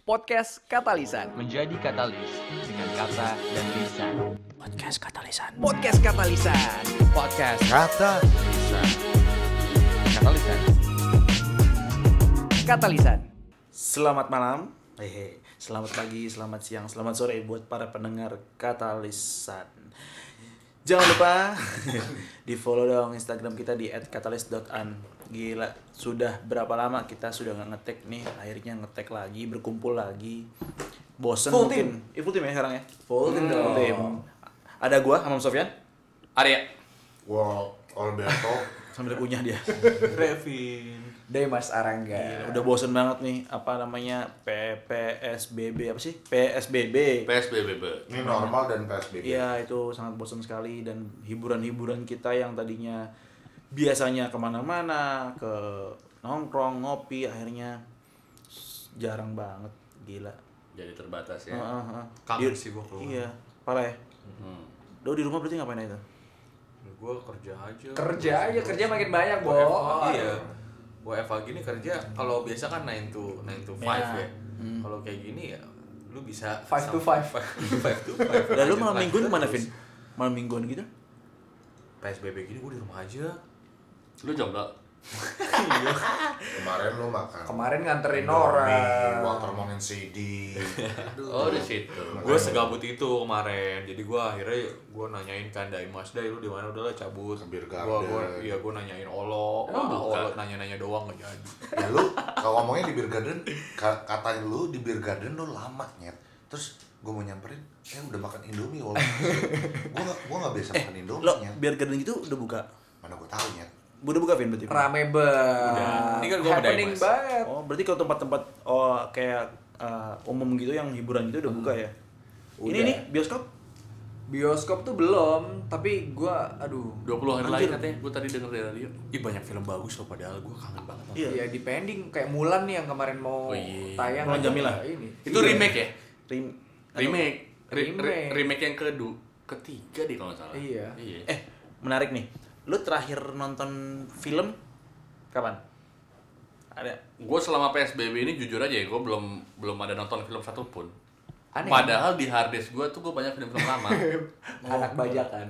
Podcast Katalisan. Menjadi katalis dengan kata dan lisan. Podcast Katalisan. Podcast Katalisan. Podcast Katalisan. Katalisan. Katalisan. Selamat malam, selamat pagi, selamat siang, selamat sore buat para pendengar Katalisan. Jangan lupa di follow dong Instagram kita di @katalis.an. Gila, sudah berapa lama kita sudah nggak ngetek nih, akhirnya ngetek lagi, berkumpul lagi. Bosen Full mungkin. Full team ya sekarang ya? Full team dong. Full team. Ada gua, Hamam Sofyan, Arya. Wow, Alberto. sambil kunyah dia. Revin. Demas Arangga. Gila, udah bosen banget nih, apa namanya, PSBB, apa sih? PSBB. PSBB. Ini normal dan PSBB. Iya, itu sangat bosan sekali. Dan hiburan-hiburan kita yang tadinya biasanya kemana-mana, ke nongkrong, ngopi, akhirnya jarang banget. Gila. Jadi terbatas ya. Kangen sih gua keluar. Iya, parah ya. Lo di rumah berarti ngapain itu? Gua kerja aja. Kerja makin banyak, Bo. Iya. Gua Eva gini kerja, kalau biasa kan 9 to 5 ya. Kalau kayak gini ya lu bisa 5 to 5. 5 to 5. Dan lu malam mingguan kemana, Vin? Malam mingguan gitu? PSBB gini gua di rumah aja. Lu jomblo? Kemarin lu makan. Kemarin nganterin Indomie, orang. Watermelon CD. Oh, di situ. Gue segabut itu kemarin, jadi gue akhirnya gue nanyain kan Mas Dai, lu di mana, udahlah cabut. Ke Beer Garden. Gue nanyain Olo, Olo nanya-nanya doang nggak jadi. Ya lu kalau ngomongnya di Beer Garden, katanya lu di Beer Garden lu lama nyet. Terus gue mau nyamperin, udah makan Indomie Olo. Gua nggak biasa makan Indomie Lo nyet. biar gading gitu udah buka? Mana gue tahu nyet. Udah buka, Vin, berarti? Rame banget. Udah. Ini kan gua happening Mas. banget. Oh, berarti kalau tempat-tempat kayak umum gitu yang hiburan gitu udah buka ya? Ini Udah. nih bioskop? Bioskop tuh belum, tapi gua 20 hari lagi Anjir. katanya. Gue tadi denger dari radio. Ih banyak film bagus loh, padahal gue kangen banget. Iya. ya depending kayak Mulan nih yang kemarin mau Oh, iya. tayang. Mulan aja Jamila. nggak ini. Itu Iya. remake ya? Remake. Remake yang ketiga deh kalau nggak salah. Iya. Menarik nih. Lu terakhir nonton film kapan? Ada? Gue selama PSBB ini jujur aja ya, gue belum ada nonton film satupun. Aneh. Padahal di harddisk gue tuh gue banyak film-film lama. Anak bajakan.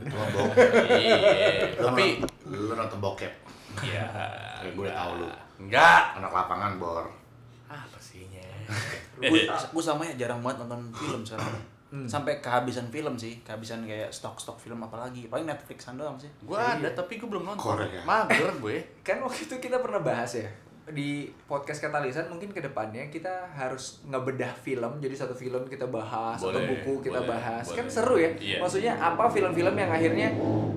Iya. Tapi Lu nonton bokep. ya. Gue tahu lu. Enggak. Anak lapangan bor. Apa sihnya? Gue sama ya, jarang banget nonton film sekarang. Sampai kehabisan film sih, kehabisan kayak stok film apalagi. Paling Netflixan doang sih. Gue ada tapi gue belum nonton. Korea. Mager gue. Kan waktu itu kita pernah bahas ya di podcast Katalisan, mungkin kedepannya kita harus ngebedah film, jadi satu film kita bahas, atau Boleh, buku kita boleh, bahas. boleh. Kan seru ya. Iya. Maksudnya apa film-film yang akhirnya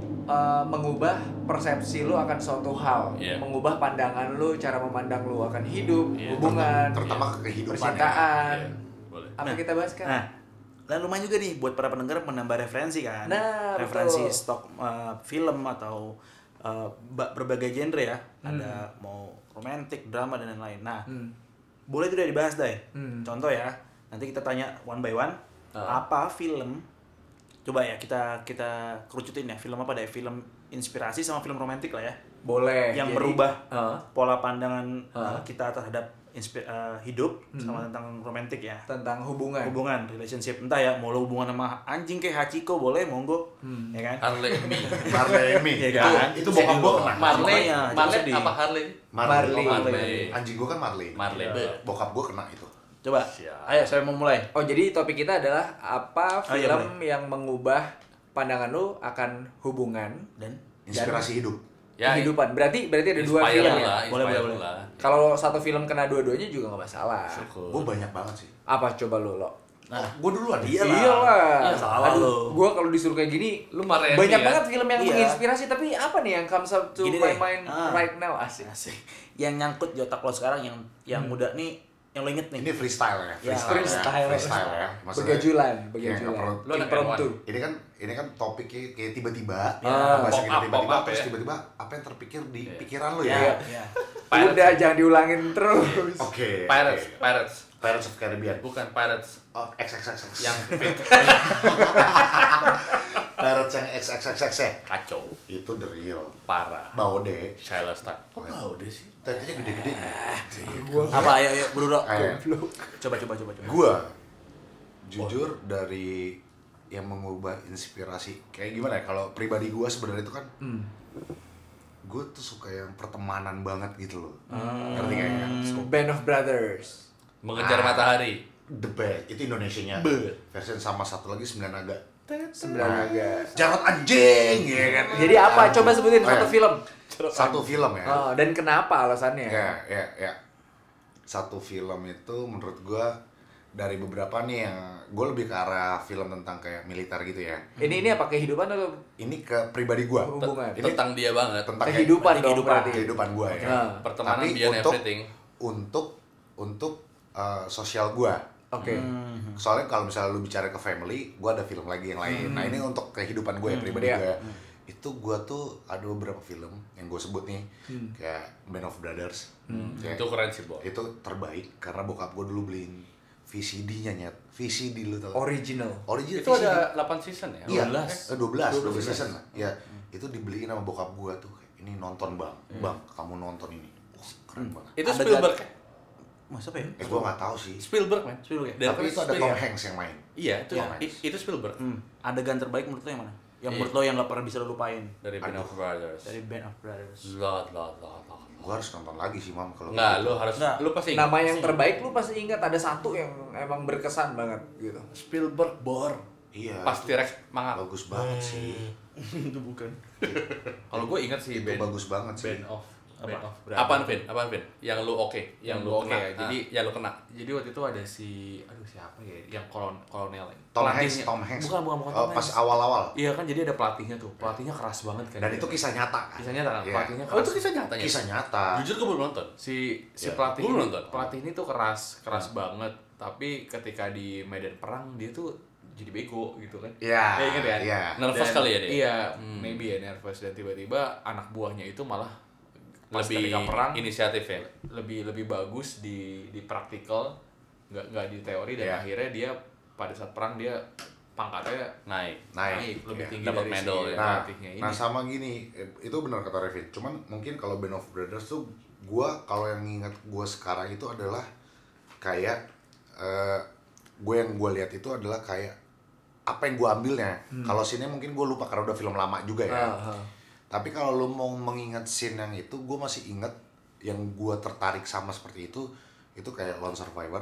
mengubah persepsi lu akan suatu hal, Iya. mengubah pandangan lu, cara memandang lu akan hidup, Iya. hubungan, Terutama kehidupan ya. percintaan. Iya, boleh. Apa kita bahas kan? Nah, dan lumayan juga nih buat para pendengar menambah referensi kan. Nah, referensi betul. stok film atau berbagai genre ya. Ada mau romantik, drama dan lain-lain. Nah, boleh tuh udah dibahas deh. Contoh ya. Nanti kita tanya one by one. Apa film? Coba ya kita kerucutin ya. Film apa deh? Film inspirasi sama film romantik lah ya. Boleh. Yang Jadi, merubah uh, pola pandangan kita terhadap hidup sama tentang romantik ya. tentang hubungan. Relationship, entah ya mau lo hubungan sama anjing kayak Hachiko boleh, monggo, ya kan? Harley Me. Marley. Iya kan? Itu bokap gua kena. Marley. Makanya, Marley sedih. apa Harley? Marley. Marley. Anjing gua kan Marley. Marley. Bokap gua kena itu. Coba, ayo saya mau mulai. Oh, jadi topik kita adalah apa Oh, iya, film yang mengubah pandangan lu akan hubungan Dan Inspirasi hidup. Ya, kehidupan. Berarti ada dua inspire film lah, ya. Boleh, inspire boleh. lah. Kalau satu film kena dua-duanya juga nggak masalah. Syukur. Gua banyak banget sih. Apa coba lu, Lo? nah, Gua duluan. Iyalah. Iyalah. Iya, salah lu. Gua kalau disuruh kayak gini, Lu marahin banyak dia. banget film yang Iya. menginspirasi, tapi apa nih yang comes up to Gini my deh. mind right now? Asik. asik. Yang nyangkut di otak lo sekarang yang muda nih, yang lo inget nih. Ini freestyle ya. Ya, Freestyle ya. Maksudnya, Begajulan. Iya, nggak perlu. Lu anak Impromptu. Ini kan topiknya kayak tiba-tiba, Ah, bahasa pop kita up, tiba-tiba, pop up terus ya. tiba-tiba apa yang terpikir di pikiran lu Ya, ya? ya. Udah, jangan diulangin terus. Oke. Pirates of Caribbean. bukan Pirates Oh, XXXX. yang Pirates yang XXXX ya? Kacau. Itu the real. Parah. Baude. Shayla Stark. Kok Baude sih? Tetenya gede-gede. Apa ayo Bro? Ayo. Coba. Gua jujur dari yang mengubah inspirasi kayak gimana ya, kalau pribadi gua sebenarnya itu kan gue tuh suka yang pertemanan banget gitu loh. Ngerti gak ya? Band of Brothers. Mengejar matahari. The Best itu Indonesianya. Bet. Versi sama satu lagi 9 naga. 9 naga. Jarot anjing ya kan. Jadi apa? Coba sebutin Oh, satu ya. film. Satu film ya. Oh, dan kenapa alasannya? Ya. Satu film itu menurut gua dari beberapa nih yang gue lebih ke arah film tentang kayak militer gitu ya. Ini apa kehidupan atau Ini ke pribadi gua. hubungan? Ini Tentang dia banget. tentang Kehidupan kayak dong berarti. kehidupan gua ya. Nah, pertemanan Tapi beyond everything. untuk sosial gua. Oke. Soalnya kalau misalnya lu bicara ke family, gua ada film lagi yang lain. Nah, ini untuk kehidupan gue pribadi Iya. gue. Itu gua tuh ada beberapa film yang gue sebut nih, kayak Band of Brothers. Kayak Itu keren sih, Bo. itu terbaik karena bokap gue dulu beliin VCD-nya nyet. VCD lu tau. Original. Original Itu VCD. ada 8 season ya? Iya, 12. 12 season lah. Ya, itu dibeliin sama bokap gua tuh. Ini nonton, Bang. Bang, kamu nonton ini. Wah, keren banget. Itu Ada Spielberg gak- ya? Mas apa ya? Gua nggak tahu sih. Spielberg, man. Spielberg ya? Dan Tapi itu ada Tom Hanks yang main. Iya, itu Tom Hanks. itu Spielberg. Adegan terbaik menurut lo yang mana? Yang Iya. menurut lo yang gak pernah bisa lo lupain Dari Band of Brothers. dari Band of Brothers. Lot. Gua harus nonton lagi sih, Mam, kalau Enggak, gitu. lu harus Nggak. lu pasti ingat. Nama yang terbaik lu pasti ingat ada satu yang emang berkesan banget gitu. Spielberg bor. Iya. Pas T-Rex mangap. Bagus banget sih. Itu bukan. Kalau gue ingat sih Itu bagus banget sih. Band of Brothers. Apaan, Vin? Yang lu oke, yang lu Oke, kena. ya. Jadi ya lu kena. Jadi waktu itu ada aduh siapa ya, yang kolonel. Tom Pelatihnya. Hanks. Bukan Oh, Tom pas Hanks. awal-awal. Iya kan, jadi ada pelatihnya tuh. Pelatihnya keras banget kan. Dan itu kisah nyata kan? Kisah nyata kan, Iya. pelatihnya Oh, keras. itu kisah nyatanya. Kisah nyata. Jujur gue belum nonton. si Ya, pelatih gua ini, nonton. pelatih ini tuh keras banget, tapi ketika di medan perang dia tuh jadi bego gitu kan. Iya. Ya, ingat kan? Iya. Nervous Dan- kali ya dia? Iya, maybe ya nervous, dan tiba-tiba anak buahnya itu malah pas Lebih ketika perang inisiatif ya. lebih bagus di praktikal, nggak di teori, dan Iya. akhirnya dia pada saat perang dia pangkatnya Naik. Naik. lebih Iya. tinggi Dapat dari medal si ya. Nah, pelatihnya ini. nah sama gini, itu benar kata Revin. Cuman mungkin kalau Band of Brothers tuh, kalau yang ingat gua sekarang itu adalah kayak gue yang gue lihat itu adalah kayak apa yang gue ambilnya. Kalau scene-nya mungkin gue lupa karena udah film lama juga ya. Tapi kalau lo mau mengingat scene yang itu, gue masih ingat yang gue tertarik sama seperti itu kayak Lone Survivor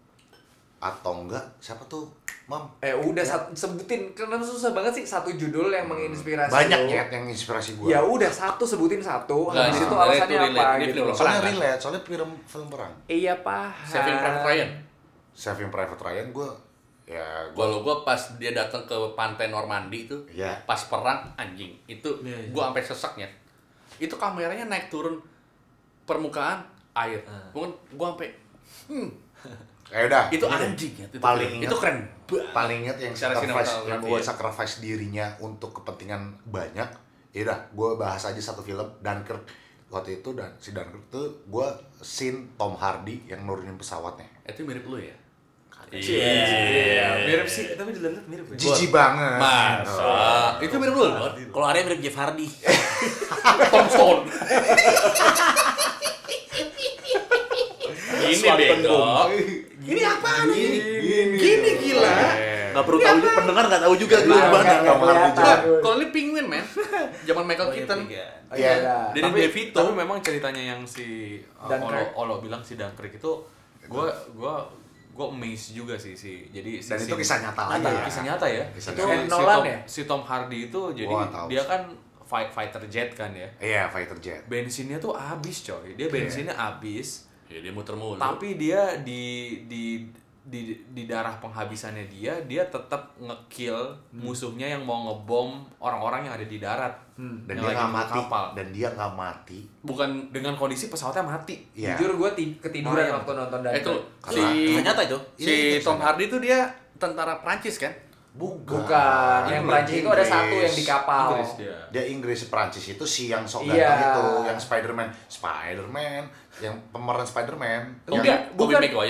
atau enggak siapa tuh, Mam? Udah sebutin, kenapa susah banget sih satu judul yang menginspirasi Banyak lu? ya yang inspirasi gue. Ya udah sebutin satu. Nggak, Habis itu sebenarnya alasannya itu apa relate. Ini gitu. film Soalnya perang, kan? relate, soalnya film perang. Iya paham. Saving Private Ryan. Saving Private Ryan gue Kalau gue pas dia datang ke pantai Normandy itu, Iya. pas perang anjing itu, gue sampai sesaknya. Itu kameranya naik turun permukaan air. Mungkin gue sampai, udah itu ini deh. anjing ya. Itu Paling keren. ingat- Itu keren. paling ingat yang Secara sacrifice, sinematografi yang gue ya. sacrifice dirinya untuk kepentingan banyak. Ya udah, gue bahas aja satu film Dunkirk waktu itu, dan si Dunkirk tuh gue scene Tom Hardy yang nurunin pesawatnya. Itu mirip lu ya? Iya, mirip sih, tapi dilihat mirip ya. Jijik banget. Masa? Itu mirip lu? Kalau Arya mirip Jeff Hardy. Tom Stone. Ini bego. Ini apaan ini? Gini gila. Gak perlu tahu juga, pendengar gak tahu juga dulu gimana. Nggak kelihatan. Wah, kalau ini penguin, men. Zaman Michael Keaton. Oh, iya, udah. Dari tapi DeVito. tapi memang ceritanya yang si Dunkirk. Olo bilang si Dunkirk itu gue amazed juga sih jadi Dan itu kisah nyata lagi ya. kisah nyata ya. Kisah Itu nyata. si Nolan Tom, ya? si Tom Hardy itu jadi Gua nggak tahu dia sih. kan fighter jet kan ya. Iya, fighter jet. Bensinnya tuh habis coy. Dia bensinnya habis. Ya dia muter mulu. Tapi dia di darah penghabisannya dia tetap ngekill musuhnya yang mau ngebom orang-orang yang ada di darat. Dan Yang dia lagi nggak nunggu mati. kapal. Dan dia nggak mati. bukan Dengan kondisi pesawatnya mati. Iya. Jujur gue ketiduran Iya. waktu nonton itu Dunkirk. si Kisah nyata itu. si Tom Hardy itu dia tentara Prancis kan? Bukan, yang Prancis itu ada satu yang di kapal. Inggris dia. Dia Inggris, Prancis itu si yang sok Iya. ganteng itu, yang Spider-Man, yang pemeran Spider-Man. Tobey Bukan, Maguire.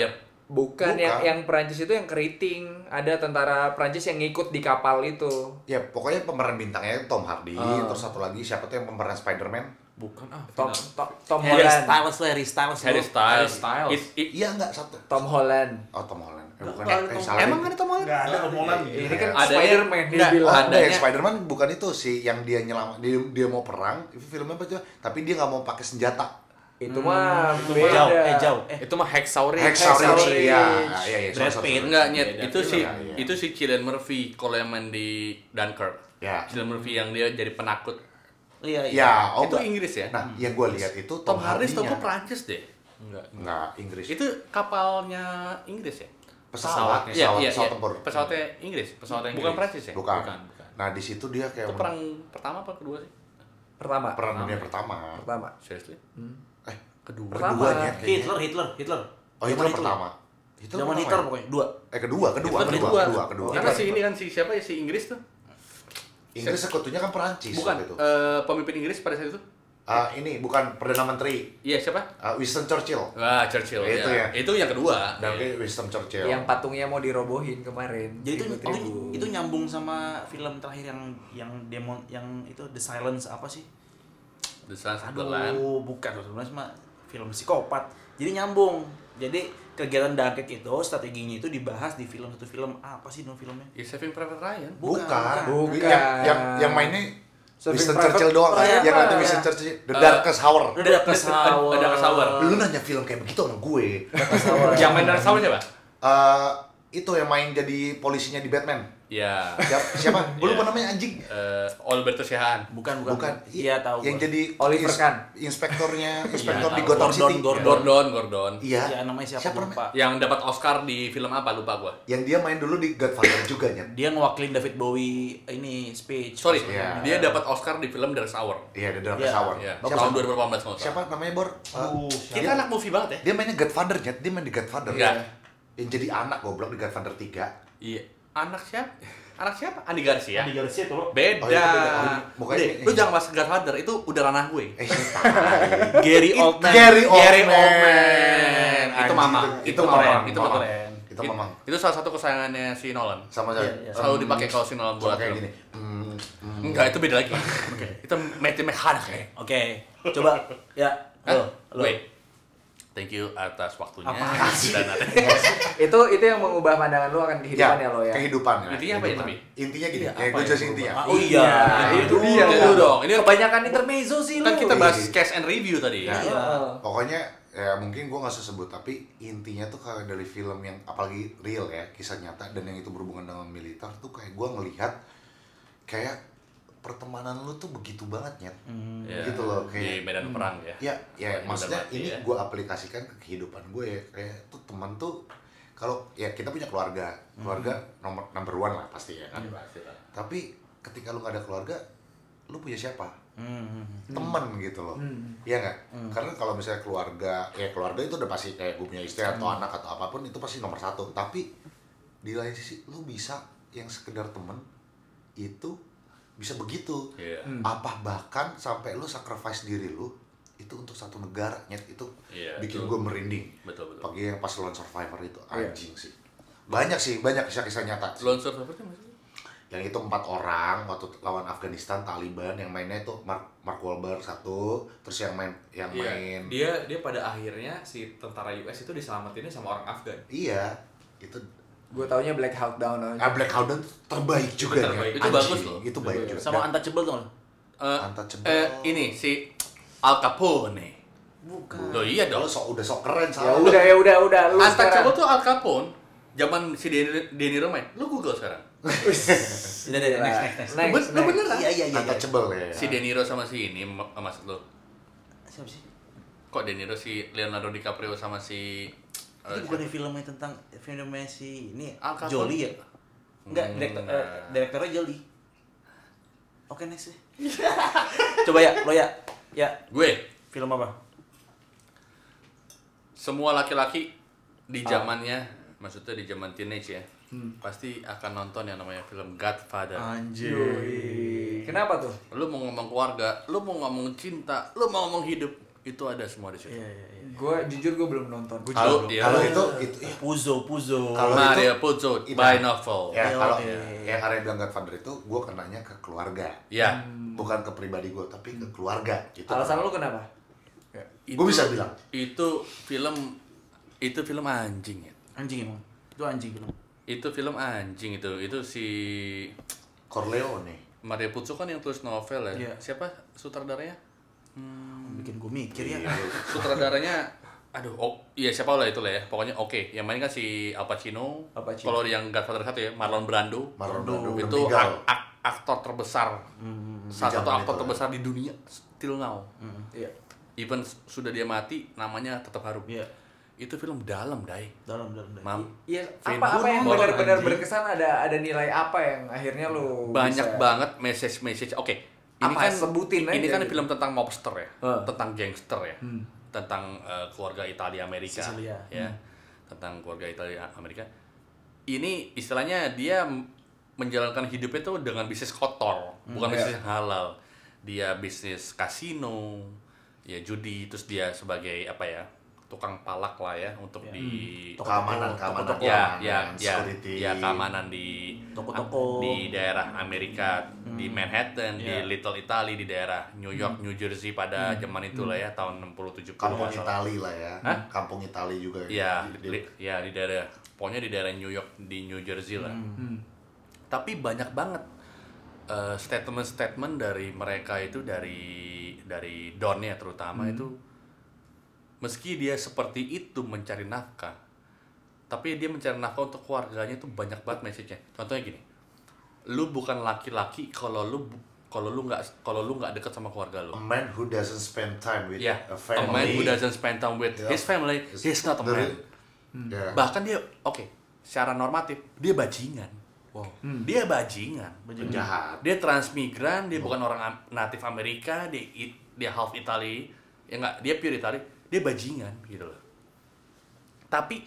Bukan. Yang Perancis itu yang keriting. Ada tentara Perancis yang ngikut di kapal itu. Ya pokoknya pemeran bintangnya Tom Hardy, terus satu lagi siapa tuh yang pemeran Spider-Man? Bukan Tom Harry Holland. Styles. Harry Styles. Iya enggak satu. Tom Holland. Oh Tom Holland. Bukan Salah. Emang ada Tom Holland? Enggak ada Tom Holland. Ini kan Adanya- Spider-Man dia Nggak, bilang. Oh, yang Spider-Man bukan itu sih yang dia dia mau perang, itu filmnya apa tuh? Tapi dia nggak mau pakai senjata. Itu mah Jauh, beda. jauh. Itu mah Hacksaw Ridge. Hacksaw Ridge. Ridge. Iya, Brad Pitt. Enggak, nyet. Beda Itu film. itu si Cillian Murphy kalau yang main di Dunkirk. Ya. Cillian Murphy yang dia jadi penakut. Iya. Ya, oh Itu enggak. Inggris ya? Nah, yang gue lihat itu Tom Hardy tau Hardy-nya. gue Prancis deh. Enggak, Inggris. Itu kapalnya Inggris ya? pesawat tempur. Pesawatnya Inggris, pesawatnya Bukan Prancis ya? Bukan. Bukan. Nah, di situ dia kayak Itu perang pertama apa kedua sih? Pertama. perang dunia pertama. Seriously? Kedua. Pertama. Keduanya kayaknya. Hitler. Oh, itu pertama. Zaman Hitler pokoknya. Dua. Kedua. Karena si ini kan si siapa ya si Inggris tuh? Inggris sekutunya kan Perancis Bukan waktu itu. pemimpin Inggris pada saat itu? Ini bukan Perdana Menteri. Iya siapa? Winston Churchill. Wah Churchill Itu ya. Itu yang kedua. Dan Iya. Winston Churchill. Yang patungnya mau dirobohin kemarin. Jadi Ribu-ribu. itu nyambung sama film terakhir yang demo yang itu The Silence apa sih? The Silence of the Lambs. Aduh, bukan sebenarnya mah film psikopat. Jadi nyambung. Jadi kegiatan Dunkirk itu strateginya itu dibahas di satu film apa sih nama filmnya? Ya Saving Private Ryan. Bukan. Bukan. Yang mainnya Saving Winston Private Churchill doang kan? Ryan. Yang nanti Winston Churchill The Darkest Hour. The Darkest Hour. The Darkest Hour. Lu nanya film kayak begitu sama gue. Yang main Dark Hour siapa? Itu yang main jadi polisinya di Batman. Ya. Siapa? Gue lupa namanya anjing. Alberto Sheehan. Bukan. Bukan. Iya tahu. Yang gua. jadi Oliver Kahn. inspektor Iya, di tahu. Gotham City. Gordon. Iya. Ya namanya siapa namanya? lupa. Yang dapat Oscar di film apa lupa gua. Yang dia main dulu di Godfather juga nya. Dia ngewakilin David Bowie ini speech. Sorry, Iya. dia dapat Oscar di film Darkest Hour. Iya, The Darkest Iya. Hour. Ya, Siapa? tahun 2018 kalau nggak salah. Siapa namanya, Bor? Kita anak movie banget ya. Dia mainnya Godfather nya. Dia main di Godfather. Enggak. Yang jadi anak goblok di Godfather 3. Iya. Anak siapa? Andi Garcia. Andi Garcia tuh. Beda. Oh, itu beda. Bukan Udah, ini. lu jangan bahas Godfather, itu udah ranah gue. Gary Oldman. Gary Gary Oldman. Oldman. Itu Anjing, Mamang. itu Itu Mamang. Mamang. Itu Mamang. Mamang. Itu Mamang. Itu salah satu kesayangannya si Nolan. Sama saya. Iya. Selalu dipakai kalau si Nolan buat kayak film. gini. Enggak, itu beda lagi. Itu Matthew McConaughey. Oke. Coba ya. Hah? Lo. Wait. Thank you atas waktunya. Apaan sih? Dan itu yang mengubah pandangan lu akan kehidupan ya lo ya. Kehidupan. Intinya apa ya, tapi? Intinya gini, Iya, kayak apa gue ya? jelasin intinya. Oh iya. itu dia. Itu dong. Ini Kebanyakan intermezzo sih lu. kan kita bahas Iya. cast and review tadi. Nah, Iya. pokoknya ya mungkin gue nggak usah sebut, tapi intinya tuh kayak dari film yang apalagi real ya, kisah nyata dan yang itu berhubungan dengan militer tuh kayak gue ngelihat kayak pertemanan lu tuh begitu banget nyet. Ya, Gitu loh, di kayak medan perang ya. ya Medan maksudnya mati, ini ya. gue aplikasikan ke kehidupan gue ya, kayak tuh teman tuh kalau ya kita punya keluarga number one lah pasti ya kan. Tapi ketika lu gak ada keluarga, lu punya siapa? Temen gitu loh. Iya nggak? Karena kalau misalnya keluarga itu udah pasti kayak gue punya istri atau anak atau apapun itu pasti nomor satu. Tapi di lain sisi lu bisa yang sekedar temen itu bisa begitu. Iya. Apa bahkan sampai lu sacrifice diri lu itu untuk satu negara nyet, itu Iya, bikin itu. gue merinding. Betul. Pagi yang pas Lone Survivor itu anjing sih. Banyak kisah-kisah nyata. Lone Survivor itu maksudnya? Yang itu 4 orang waktu lawan Afghanistan Taliban, yang mainnya itu Mark Wahlberg satu, terus yang main Iya. Dia pada akhirnya si tentara US itu diselamatinnya sama orang Afgan. iya itu Gue taunya Black Hawk Down aja. Black Hawk Down terbaik juga ya. terbaik. Itu Anjing, bagus loh. itu baik juga. Sama Untouchable tuh. Untouchable. Ini si Al Capone. Bukan. Loh iya Kalau dong. udah sok keren Ya salah. udah lu Untouchable sekarang. tuh Al Capone. Zaman si De Niro main. Lu Google sekarang. Udah next. Lu bener kan? Iya. Untouchable ya. Si De Niro sama si ini maksud lu. Siapa sih? Kok De Niro si Leonardo DiCaprio sama si Itu bukan filmnya tentang filmnya si ini Al Capone. Jolie ya? Enggak, direktornya Jolie. Oke, next deh. Coba ya, lo ya. Ya, gue film apa? semua laki-laki di zamannya, maksudnya di zaman teenage ya, pasti akan nonton yang namanya film Godfather. Anjir. Kenapa tuh? Lu mau ngomong keluarga, lu mau ngomong cinta, lu mau ngomong hidup, itu ada semua di situ. Iya. Jujur gue belum nonton. Kalau itu Puzo. Kalau Mario itu Puzo ini. by novel. Ya, kalau oke. yang Arya bilang Godfather itu gue kenanya ke keluarga. Ya. Bukan ke pribadi gue, tapi ke keluarga gitu. Alasan lu kenapa? Gue bisa bilang Itu film anjing ya. Anjing emang. Itu anjing gitu. Itu film anjing itu. Itu si Corleone. Mario Puzo kan yang tulis novel ya. Iya. Siapa sutradaranya? Bikin gue mikir ya. Sutradaranya iya siapa lah itulah ya. Pokoknya oke. Yang main kan si Al Pacino. Kalau yang Godfather 1 ya, Marlon Brando. Itu aktor terbesar. Salah satu aktor terbesar di dunia till now. Iya. Even sudah dia mati, namanya tetap harum. Iya. Itu film dalam, Dai. Dalam. Iya, Vin apa yang Diesel, benar-benar anjing. berkesan, ada nilai apa yang akhirnya lu Banyak bisa- banget message. Oke. Ini Apa? kan Sebutin aja ini kan gitu. film tentang mobster ya, tentang gangster ya. Tentang keluarga Italia Amerika Sicilia. ya. Tentang keluarga Italia Amerika. Ini istilahnya dia menjalankan hidupnya tuh dengan bisnis kotor, bukan bisnis yang halal. Dia bisnis kasino, ya judi, terus dia sebagai apa ya? Tukang palak lah ya untuk di Keamanan, security. Keamanan di Toko-toko. di daerah Amerika, di Manhattan, di Little Italy, di daerah New York, New Jersey pada zaman itu lah ya, tahun 60-70. Kampung Itali lah ya. Hah? Kampung Itali juga. Iya, di daerah, pokoknya di daerah New York, di New Jersey lah. Tapi banyak banget statement-statement dari mereka itu, dari Donnya terutama itu, meski dia seperti itu mencari nafkah, tapi dia mencari nafkah untuk keluarganya itu banyak banget message-nya. Contohnya gini, lu bukan laki-laki kalau lu nggak dekat sama keluarga lu. A man who doesn't spend time with Yeah, a a family. man who doesn't spend time with his family, he's not a man. Yeah. Bahkan dia, secara normatif dia bajingan. Wow. Dia bajingan. Jahat. Dia transmigran, dia bukan orang natif Amerika, dia half Itali, ya nggak, dia pure Itali, dia bajingan gitu loh. Tapi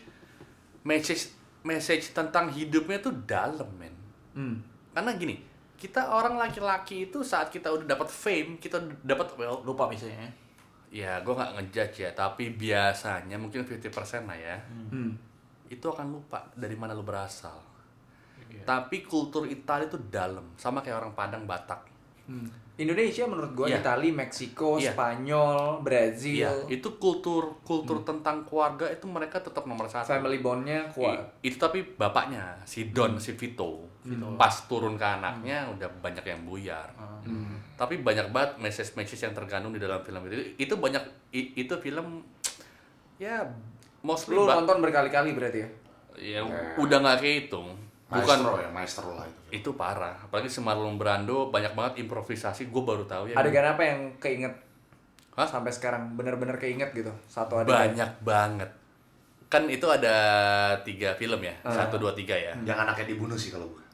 message tentang hidupnya tuh dalam, men. Karena gini, kita orang laki-laki itu saat kita udah dapat fame, kita dapat Lupa misalnya. ya gue nggak ngejudge ya, tapi biasanya mungkin 50% lah ya, itu akan lupa dari mana lu berasal. Tapi kultur Italia itu dalam, sama kayak orang Padang, Batak. Indonesia menurut gua, Iya. Itali, Meksiko, Iya. Spanyol, Brazil, Iya, itu kultur tentang keluarga itu mereka tetap nomor satu. family bond-nya kuat. Itu tapi bapaknya si Don, si Vito, pas turun ke anaknya udah banyak yang buyar. Tapi banyak banget message yang terkandung di dalam film itu. Itu banyak, itu film ya mostly Lu nonton berkali-kali berarti ya? ya udah nggak kehitung. Bukan maestro lah itu. itu parah. Apalagi si Marlon Brando banyak banget improvisasi. Gue baru tahu ya. Adegan apa yang keinget Hah? sampai sekarang benar-bear keinget gitu? Satu adegan. Banyak banget. Kan itu ada 3 film ya, 1, 2, 3 ya. Yang anaknya dibunuh sih kalau gue.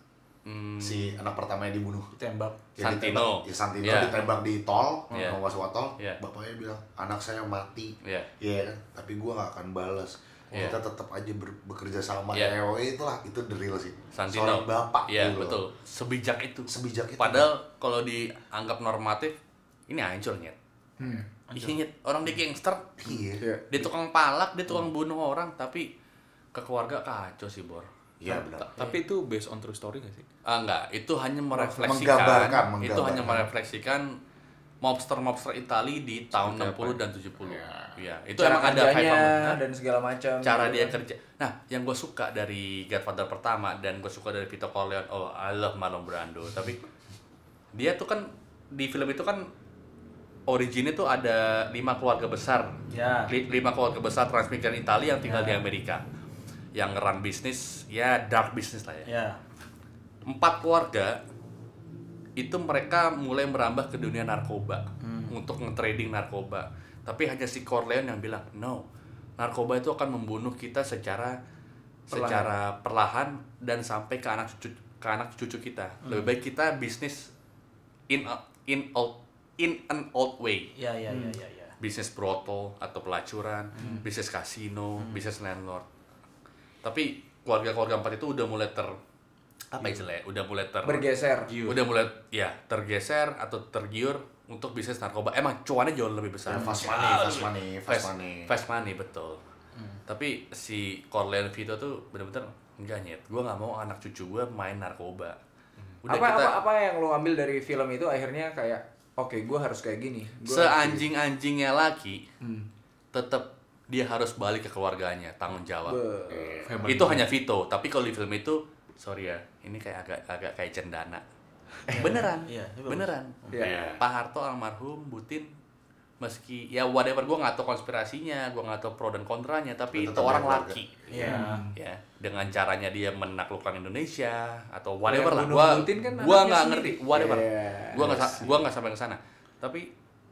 Si anak pertamanya dibunuh. Ditembak. Ya, Santino. Santino Yeah. ditembak di tol, Yeah. mau masuk tol. Yeah. Bapaknya bilang, anak saya mati. Iya. Iya kan? Tapi gue gak akan balas. Yeah. Kita tetap aja bekerja sama. Yeah. Itulah, itu the real sih. Santino. Seorang bapak. Iya, gitu loh. betul. Sebijak itu. Sebijak itu. Padahal kalau dianggap normatif, ini hancur nyet. Nyet. Orang dia gangster, Iya. Iya. dia tukang palak, dia tukang bunuh orang, tapi ke keluarga kacau sih, Bor. Iya benar. Tapi itu based on true story gak sih? Enggak, itu hanya Menggambarkan. itu hanya merefleksikan mobster Itali di tahun 60 dan 70. Iya, itu Cara emang ada kerjanya vibe dan segala macam. cara gitu dia kan. kerja. Nah, yang gue suka dari Godfather pertama dan gue suka dari Vito Corleone, I love Marlon Brando. Tapi dia tuh kan di film itu kan originnya tuh ada 5 keluarga besar. Ya. 5 keluarga besar transmigran Italia yang tinggal di Amerika. Yang run bisnis, ya dark business lah ya. Ya. 4 keluarga itu mereka mulai merambah ke dunia narkoba untuk nge-trading narkoba. Tapi hanya si Corleone yang bilang, no, narkoba itu akan membunuh kita secara perlahan dan sampai ke anak cucu kita. Lebih baik kita bisnis in an old way. Ya. Bisnis brothel atau pelacuran, bisnis kasino, bisnis landlord. Tapi keluarga-keluarga 4 itu udah mulai apa istilahnya? Udah mulai bergeser. udah mulai ya tergeser atau tergiur untuk bisnis narkoba. Emang cuannya jauh lebih besar. Fast money, betul. Tapi si Corleone Vito tuh bener-bener enggak nyet. Gue nggak mau anak cucu gue main narkoba. Apa yang lo ambil dari film itu akhirnya kayak oke, gue harus kayak gini. Seanjing-anjingnya laki, tetap dia harus balik ke keluarganya, tanggung jawab. Itu hanya Vito. Tapi kalau di film itu, sorry ya, ini kayak agak kayak cendana. Beneran, Iya, itu bagus. beneran. Iya. Pak Harto almarhum, Butin, meski ya whatever, gue nggak tahu konspirasinya, gue nggak tahu pro dan kontranya, tapi Tetap itu orang dia keluarga. laki. Iya. Ya, dengan caranya dia menaklukkan Indonesia atau whatever lah. Yang bunuh Putin kan Gua anaknya nggak sendiri. ngerti, whatever. Iya. Gua nggak sampai ke sana. Tapi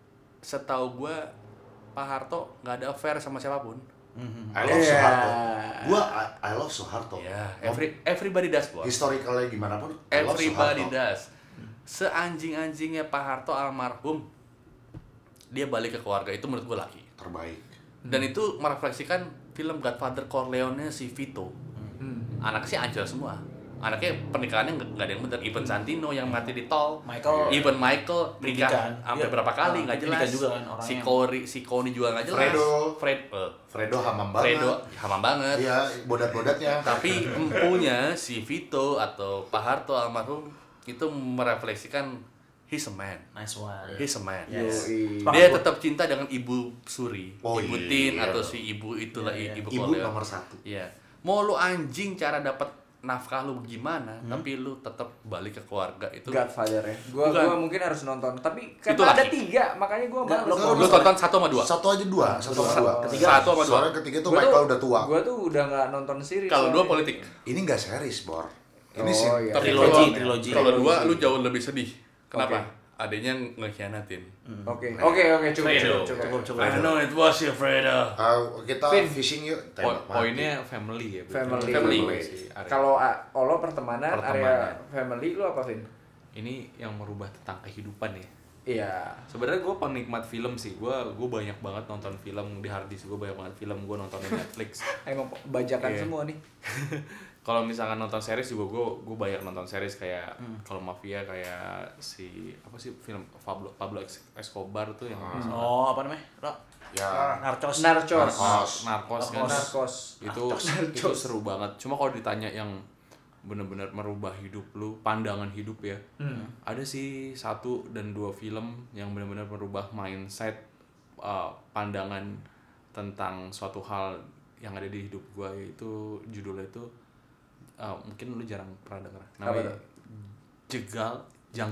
setahu gua Pak Harto nggak ada affair sama siapapun. I love Iya. Soeharto. Gua I love Soeharto. Ya, everybody does, bos. Historicalnya gimana pun, I love Everybody Soeharto. does. Seanjing-anjingnya Pak Harto almarhum, dia balik ke keluarga, itu menurut gua laki. Terbaik. Dan itu merefleksikan film Godfather Corleone si Vito. Anak sih ancur semua. Anaknya pernikahannya nggak ada yang bener. Even Santino yang mati di tol. Even Michael nikah Pendidikan. sampai Iya. berapa kali nggak jelas. Pendidikan juga kan orangnya. Si Connie juga nggak jelas. Fredo hamam banget. Fredo hamam banget. Iya, bodat-bodatnya. Tapi empunya si Vito atau Pak Harto almarhum itu merefleksikan he's a man. Nice one. He's a man. Yes. Dia tetap cinta dengan Ibu Suri, Oh, Ibu iya. Tin atau si ibu itulah Ibu Ibu Corleone. nomor 1. Iya. Mau lu anjing cara dapat nafkah lu gimana, tapi lu tetap balik ke keluarga itu. Godfather ya. Gua mungkin harus nonton. Tapi Itu karena ada laki. 3, makanya gua Nggak, malu. Lu tonton 1 sama 2. Satu aja dua. Ketiga. Satu sama 2. Soalnya ketiga tuh Michael udah tua. Gua tuh udah nggak nonton series. Kalau 2 soalnya. politik. Ini nggak series, Bor. Ini Oh, sih. iya. Tapi Trilogi. Kalau 2 lu jauh lebih sedih. Kenapa? Oke. Adanya ngekhianatin. Oke, Fredo. cukup. I know it was you, Fredo. Kita Vin. fishing yuk. Tembak mati. Poinnya family ya. berarti. Family. Si Arya. Kalau Olo pertemanan, area Pertemanan. family lu apa, Vin? Ini yang merubah tentang kehidupan ya. Iya. Sebenarnya gue penikmat film sih. Gue banyak banget nonton film di harddisk. Gue banyak banget film gue nonton di Netflix. Emang bajakan Iya. semua nih. Kalau misalkan nonton series juga gue banyak nonton series kayak kalau mafia kayak si apa sih film Pablo Escobar tuh yang Oh, apa namanya? Ya. Narcos. Narcos. Narcos kan. Narcos. Itu seru banget. Cuma kalau ditanya yang bener-bener merubah hidup lu, pandangan hidup ya. Ada sih 1 dan 2 film yang bener-bener merubah mindset, pandangan tentang suatu hal yang ada di hidup gua, yaitu judulnya itu mungkin lu jarang pernah dengar. Namanya Jegal dan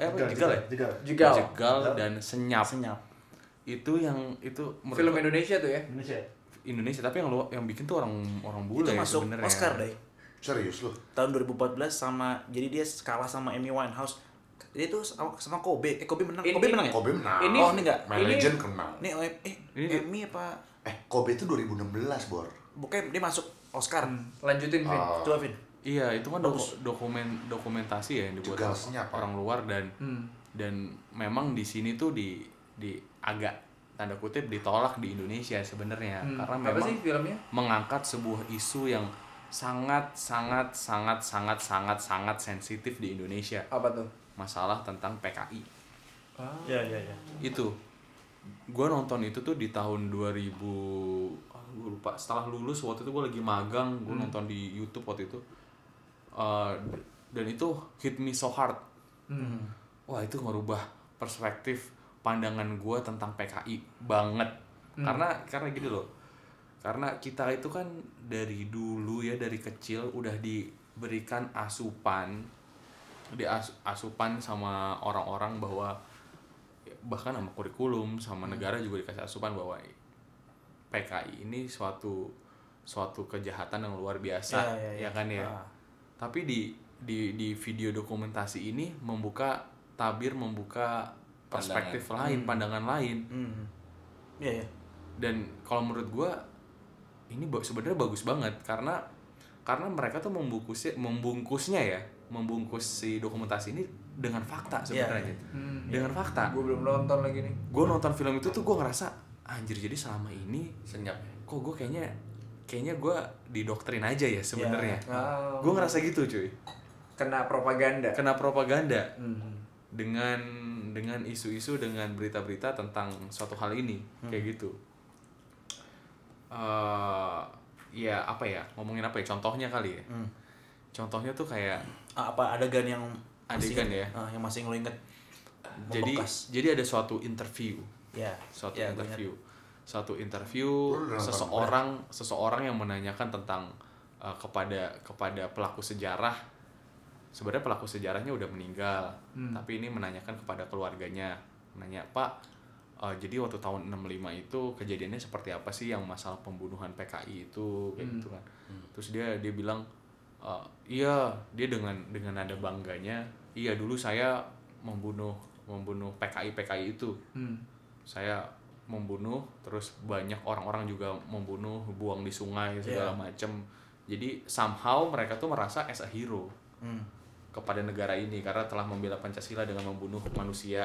Senyap. Itu menurut Film gua- Indonesia tuh ya. Indonesia, tapi yang bikin tuh orang bule Itu ya masuk sebenarnya. Oscar deh. Serius lu? Tahun 2014 sama, jadi dia kalah sama Amy Winehouse. Dia tuh sama Kobe. Kobe menang. Ini- Kobe menang ya? Kobe menang. Ini- Oh, ini enggak. My Legend menang. Ini Ini- Amy apa? Kobe itu 2016, Bor. Pokoknya dia masuk Oscar. Lanjutin, Vin. Coba Vin. Iya, itu kan dokumentasi ya yang dibuat Jegal Senyap, ya? orang luar dan memang di sini tuh di agak tanda kutip ditolak di Indonesia sebenarnya karena Apa memang sih filmnya? mengangkat sebuah isu yang sangat sensitif di Indonesia. Apa tuh? Masalah tentang PKI. Ya. Itu gue nonton itu tuh di tahun 2000, gue lupa, setelah lulus waktu itu gue lagi magang, gue nonton di YouTube waktu itu. Dan itu hit me so hard. Wah, itu ngerubah perspektif pandangan gue tentang PKI banget. Karena gini loh, karena kita itu kan dari dulu ya, dari kecil udah diberikan asupan sama orang-orang bahwa, bahkan sama kurikulum, sama negara juga dikasih asupan bahwa PKI ini suatu kejahatan yang luar biasa, ya kan ya. Tapi di video dokumentasi ini membuka perspektif lain, pandangan lain. Iya. Dan kalau menurut gua ini sebenarnya bagus banget karena mereka tuh membungkus si dokumentasi ini dengan fakta sebenarnya. Dengan fakta. Gue belum nonton lagi nih. Gue nonton film itu tuh gue ngerasa anjir, jadi selama ini Senyap. kok gue kayaknya gue didoktrin aja ya sebenarnya. Oh. Gue ngerasa gitu cuy. kena propaganda. dengan isu-isu, dengan berita-berita tentang suatu hal ini kayak gitu. Ya apa ya, ngomongin apa ya, contohnya kali ya. Contohnya tuh kayak Apa adegan yang Adegan ya? Yang masih lo inget. jadi ada suatu interview. Ya. Suatu ya, interview. Suatu interview Lu udah nonton seseorang yang menanyakan tentang kepada pelaku sejarah. Sebenarnya pelaku sejarahnya udah meninggal, tapi ini menanyakan kepada keluarganya. Nanya, "Pak, jadi waktu tahun 65 itu kejadiannya seperti apa sih yang masalah pembunuhan PKI itu?" kayak gitu kan. Terus dia bilang, iya, dia dengan nada bangganya, "Iya, dulu saya membunuh PKI itu. Saya membunuh, terus banyak orang-orang juga membunuh, buang di sungai segala macem. Jadi somehow mereka tuh merasa as a hero kepada negara ini karena telah membela Pancasila dengan membunuh manusia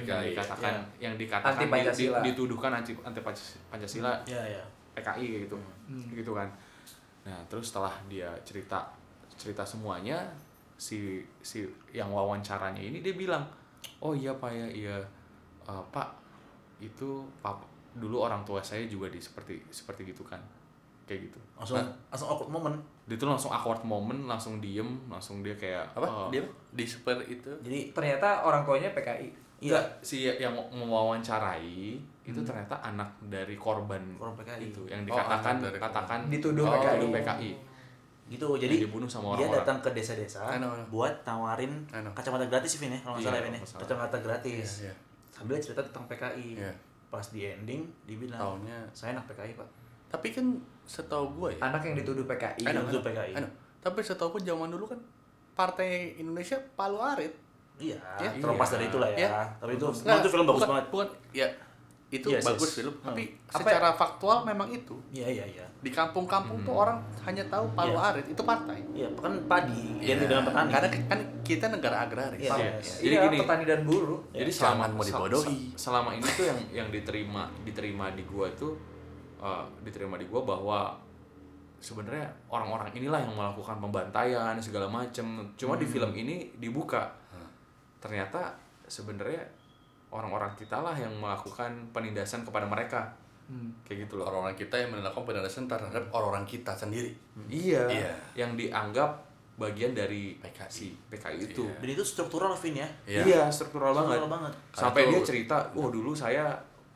yang dikatakan Anti Pancasila. dituduhkan anti Pancasila Ya. PKI gitu. Gitu kan. Nah, terus setelah dia cerita semuanya, si yang wawancaranya ini dia bilang, "Oh iya Pak ya, iya Pak, itu dulu orang tua saya juga seperti gitu kan." Kayak gitu. Langsung awkward moment. Dia tuh langsung awkward moment, langsung diem, langsung dia kayak Dia di super itu. Jadi Ternyata orang tuanya PKI. enggak, si yang mewawancarai itu ternyata anak dari korban PKI. itu yang anak dari katakan Dituduh PKI. gitu, jadi Yang dibunuh sama dia orang-orang. datang ke desa-desa I know. buat nawarin I know. kacamata gratis, Vin, ya kalau nggak Iya, salah ya, Vin, ya. nggak salah. Kacamata gratis. Iya. Sambil cerita tentang PKI. Iya. Pas di ending dibilang, Tahunnya. "Saya anak PKI, Pak." Tapi kan setahu gue ya. Anak yang dituduh PKI. Anak itu PKI. Tapi setahu gue zaman dulu kan Partai Indonesia Palu Arit. Iya, Ya, terlepas dari itulah ya. Ya. Tapi itu Nggak, itu film bagus bukan, banget. Bukan, ya itu Yes, bagus yes. film. Tapi Apa secara faktual memang itu. Iya. Di kampung-kampung tuh orang hanya tahu Palu Iya. Arit itu partai. Iya, kan padi, Iya. identik dengan petani. Karena kan kita negara agraris. Iya. Yes. Jadi Jadi gini, petani dan buruh. jadi Jangan mau dibodohi. selama ini tuh yang diterima di gua tuh diterima di gua bahwa sebenarnya orang-orang inilah yang melakukan pembantaian segala macem. Cuma di film ini dibuka ternyata sebenarnya orang-orang kita lah yang melakukan penindasan kepada mereka. Kayak gitu loh. Orang-orang kita yang melakukan penindasan terhadap orang-orang kita sendiri. Iya. Iya. Yang dianggap bagian dari PKI itu. Dan itu struktural, Vin, ya. Iya. Iya, struktural banget. Struktural banget. Sampai Karena dia tuh- cerita, "Wah, dulu saya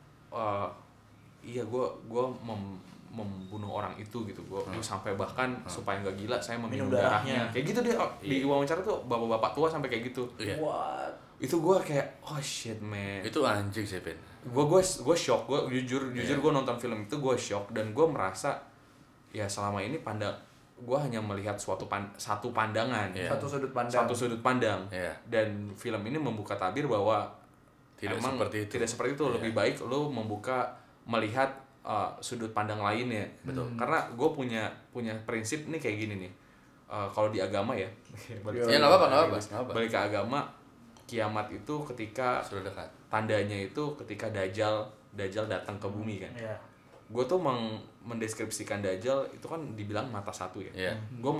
gue membunuh orang itu gitu. Gue sampai bahkan supaya nggak gila saya meminum Minum darahnya. darahnya." Kayak gitu deh. Di wawancara tuh bapak-bapak tua sampai kayak gitu. Iya. What? Itu gue kayak, "Oh shit, man." Itu anjing sih, Ben. Gue shock. Gue jujur gue nonton film itu gue shock dan gue merasa ya selama ini gue hanya melihat satu pandangan. Iya. Satu sudut pandang. Satu sudut pandang. Iya. Dan film ini membuka tabir bahwa Tidak emang seperti itu. tidak seperti itu. Iya. Lebih baik lo melihat sudut pandang lainnya. Betul. Karena gue punya prinsip nih kayak gini nih. Kalau di agama ya. Ya, nggak apa-apa. Balik ke agama, kiamat itu ketika Sudah dekat. tandanya itu ketika Dajjal datang ke bumi kan. Iya. Gue tuh mendeskripsikan Dajjal itu kan dibilang mata satu ya. Iya. Gue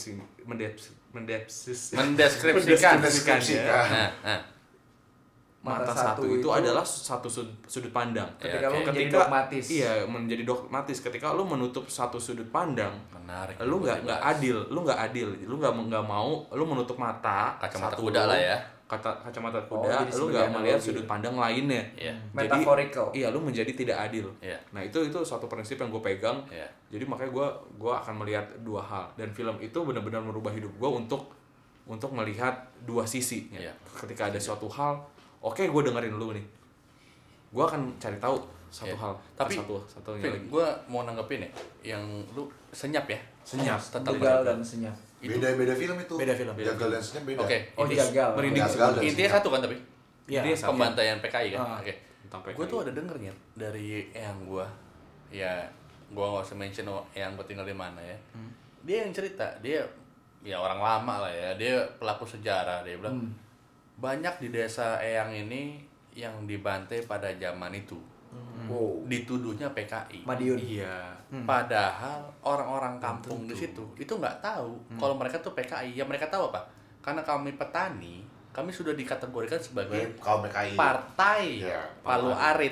Mendeskripsikan. Nah. mata satu itu adalah satu sudut pandang. Ketika Iya, lo oke. menjadi dogmatis. Iya, menjadi dogmatis. Ketika lu menutup satu sudut pandang, Menarik. lu nggak adil, lu nggak mau, lu menutup mata Kacamata satu kuda lu, lah ya. Kacamata Oh, kuda, jadi lu sebagai nggak melihat analogi. sudut pandang lainnya. Iya. Jadi, Metaphorical. iya, lu menjadi tidak adil. Iya. Nah itu suatu prinsip yang gue pegang. Iya. Jadi makanya gue akan melihat dua hal dan film itu benar-benar merubah hidup gue untuk melihat dua sisi. Iya. Ketika ada suatu hal, oke, gue dengerin lu nih. Gue akan cari tahu satu Iya. hal. Tapi satunya lagi. gue mau nanggepin ya, yang lu senyap ya. Senyap. Tentang Begal mereka. dan senyap. Beda film itu. Beda film. Jagal dan senyap beda. Oke. Oh, jagal. Merinding sih. Jagal dan Intinya senyap. satu kan tapi. Iya. Intinya satu. Pembantaian PKI kan. Ah. Oke. Tentang PKI. Gue tuh ada dengernya dari eyang gue. Ya, gue nggak usah mention eyang gue tinggal di mana ya. Dia yang cerita, dia ya orang lama lah ya. Dia pelaku sejarah. Dia bilang banyak di desa eyang ini yang dibantai pada zaman itu. Wow. Dituduhnya PKI. Madiun. Iya. Padahal orang-orang kampung di situ itu nggak tahu kalau mereka tuh PKI. Yang mereka tahu apa? karena kami petani, kami sudah dikategorikan sebagai Kaum PKI. partai Iya, Palu Arit.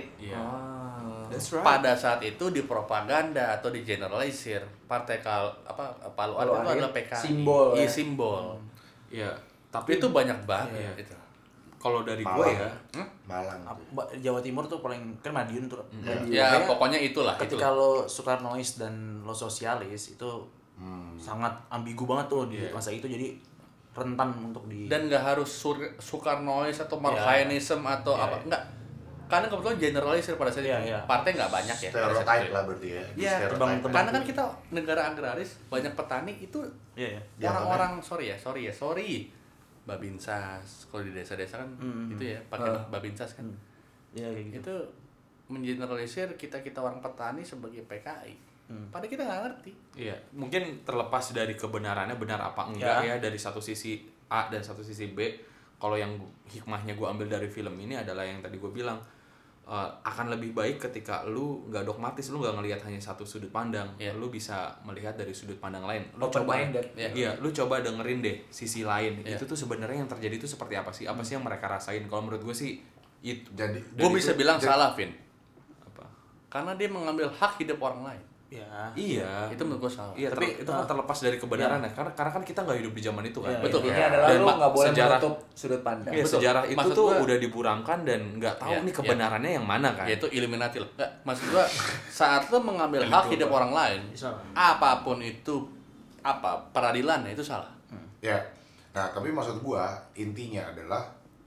That's right. Pada saat itu dipropaganda atau digeneralisir partai Palu Arit itu adalah PKI. Simbol, Iya, ya. simbol. Iya, Tapi itu banyak banget Iya. itu. kalau dari gue Malang. ya, Malang. Jawa Timur tuh paling kan Madiun tuh. Madiun. Ya, Makanya pokoknya itulah. ketika lo Soekarnois dan lo sosialis itu sangat ambigu banget tuh di masa itu, jadi rentan untuk di Dan nggak harus Soekarnois atau Marxism atau apa, enggak. Karena kebetulan generalisir pada saat Iya, itu. iya. Partai nggak banyak ya. pada saat Stereotype itu. lah berarti ya. Iya, Stereotype. karena kan kita negara agraris, banyak petani itu Iya, iya. Ya, orang-orang sorry. Babinsas. Kalau di desa-desa kan itu ya pakai babinsas kan. Iya kayak gitu. Itu mengeneralisir kita orang petani sebagai PKI. Padahal kita nggak ngerti. iya mungkin terlepas dari kebenarannya benar apa enggak ya dari satu sisi A dan satu sisi B. Kalau yang hikmahnya gue ambil dari film ini adalah yang tadi gue bilang, akan lebih baik ketika lu nggak dogmatis, lu nggak ngelihat hanya satu sudut pandang, lu bisa melihat dari sudut pandang lain. Lu Open coba, minded. iya, lu coba dengerin deh sisi lain. Itu tuh sebenarnya yang terjadi itu seperti apa sih? Apa sih yang mereka rasain? Kalau menurut gue sih itu. Jadi Gue bisa bilang salah, Vin. Apa? Karena dia mengambil hak hidup orang lain. Ya. Iya. Itu menurut gue salah. Iya, tapi itu kan terlepas dari kebenarannya. Karena kan kita nggak hidup di zaman itu kan. Iya, Betul. Ini adalah Dan lu nggak boleh sejarah- menutup sudut pandang. Iya, Betul. sejarah itu Maksud tuh gua- udah diburamkan dan nggak tahu Iya, nih kebenarannya yang mana kan. Yaitu Illuminati loh. Nggak, maksud gua saat lo mengambil hak hidup orang lain, Salah. apapun itu peradilannya itu salah. Ya. Nah, tapi maksud gua intinya adalah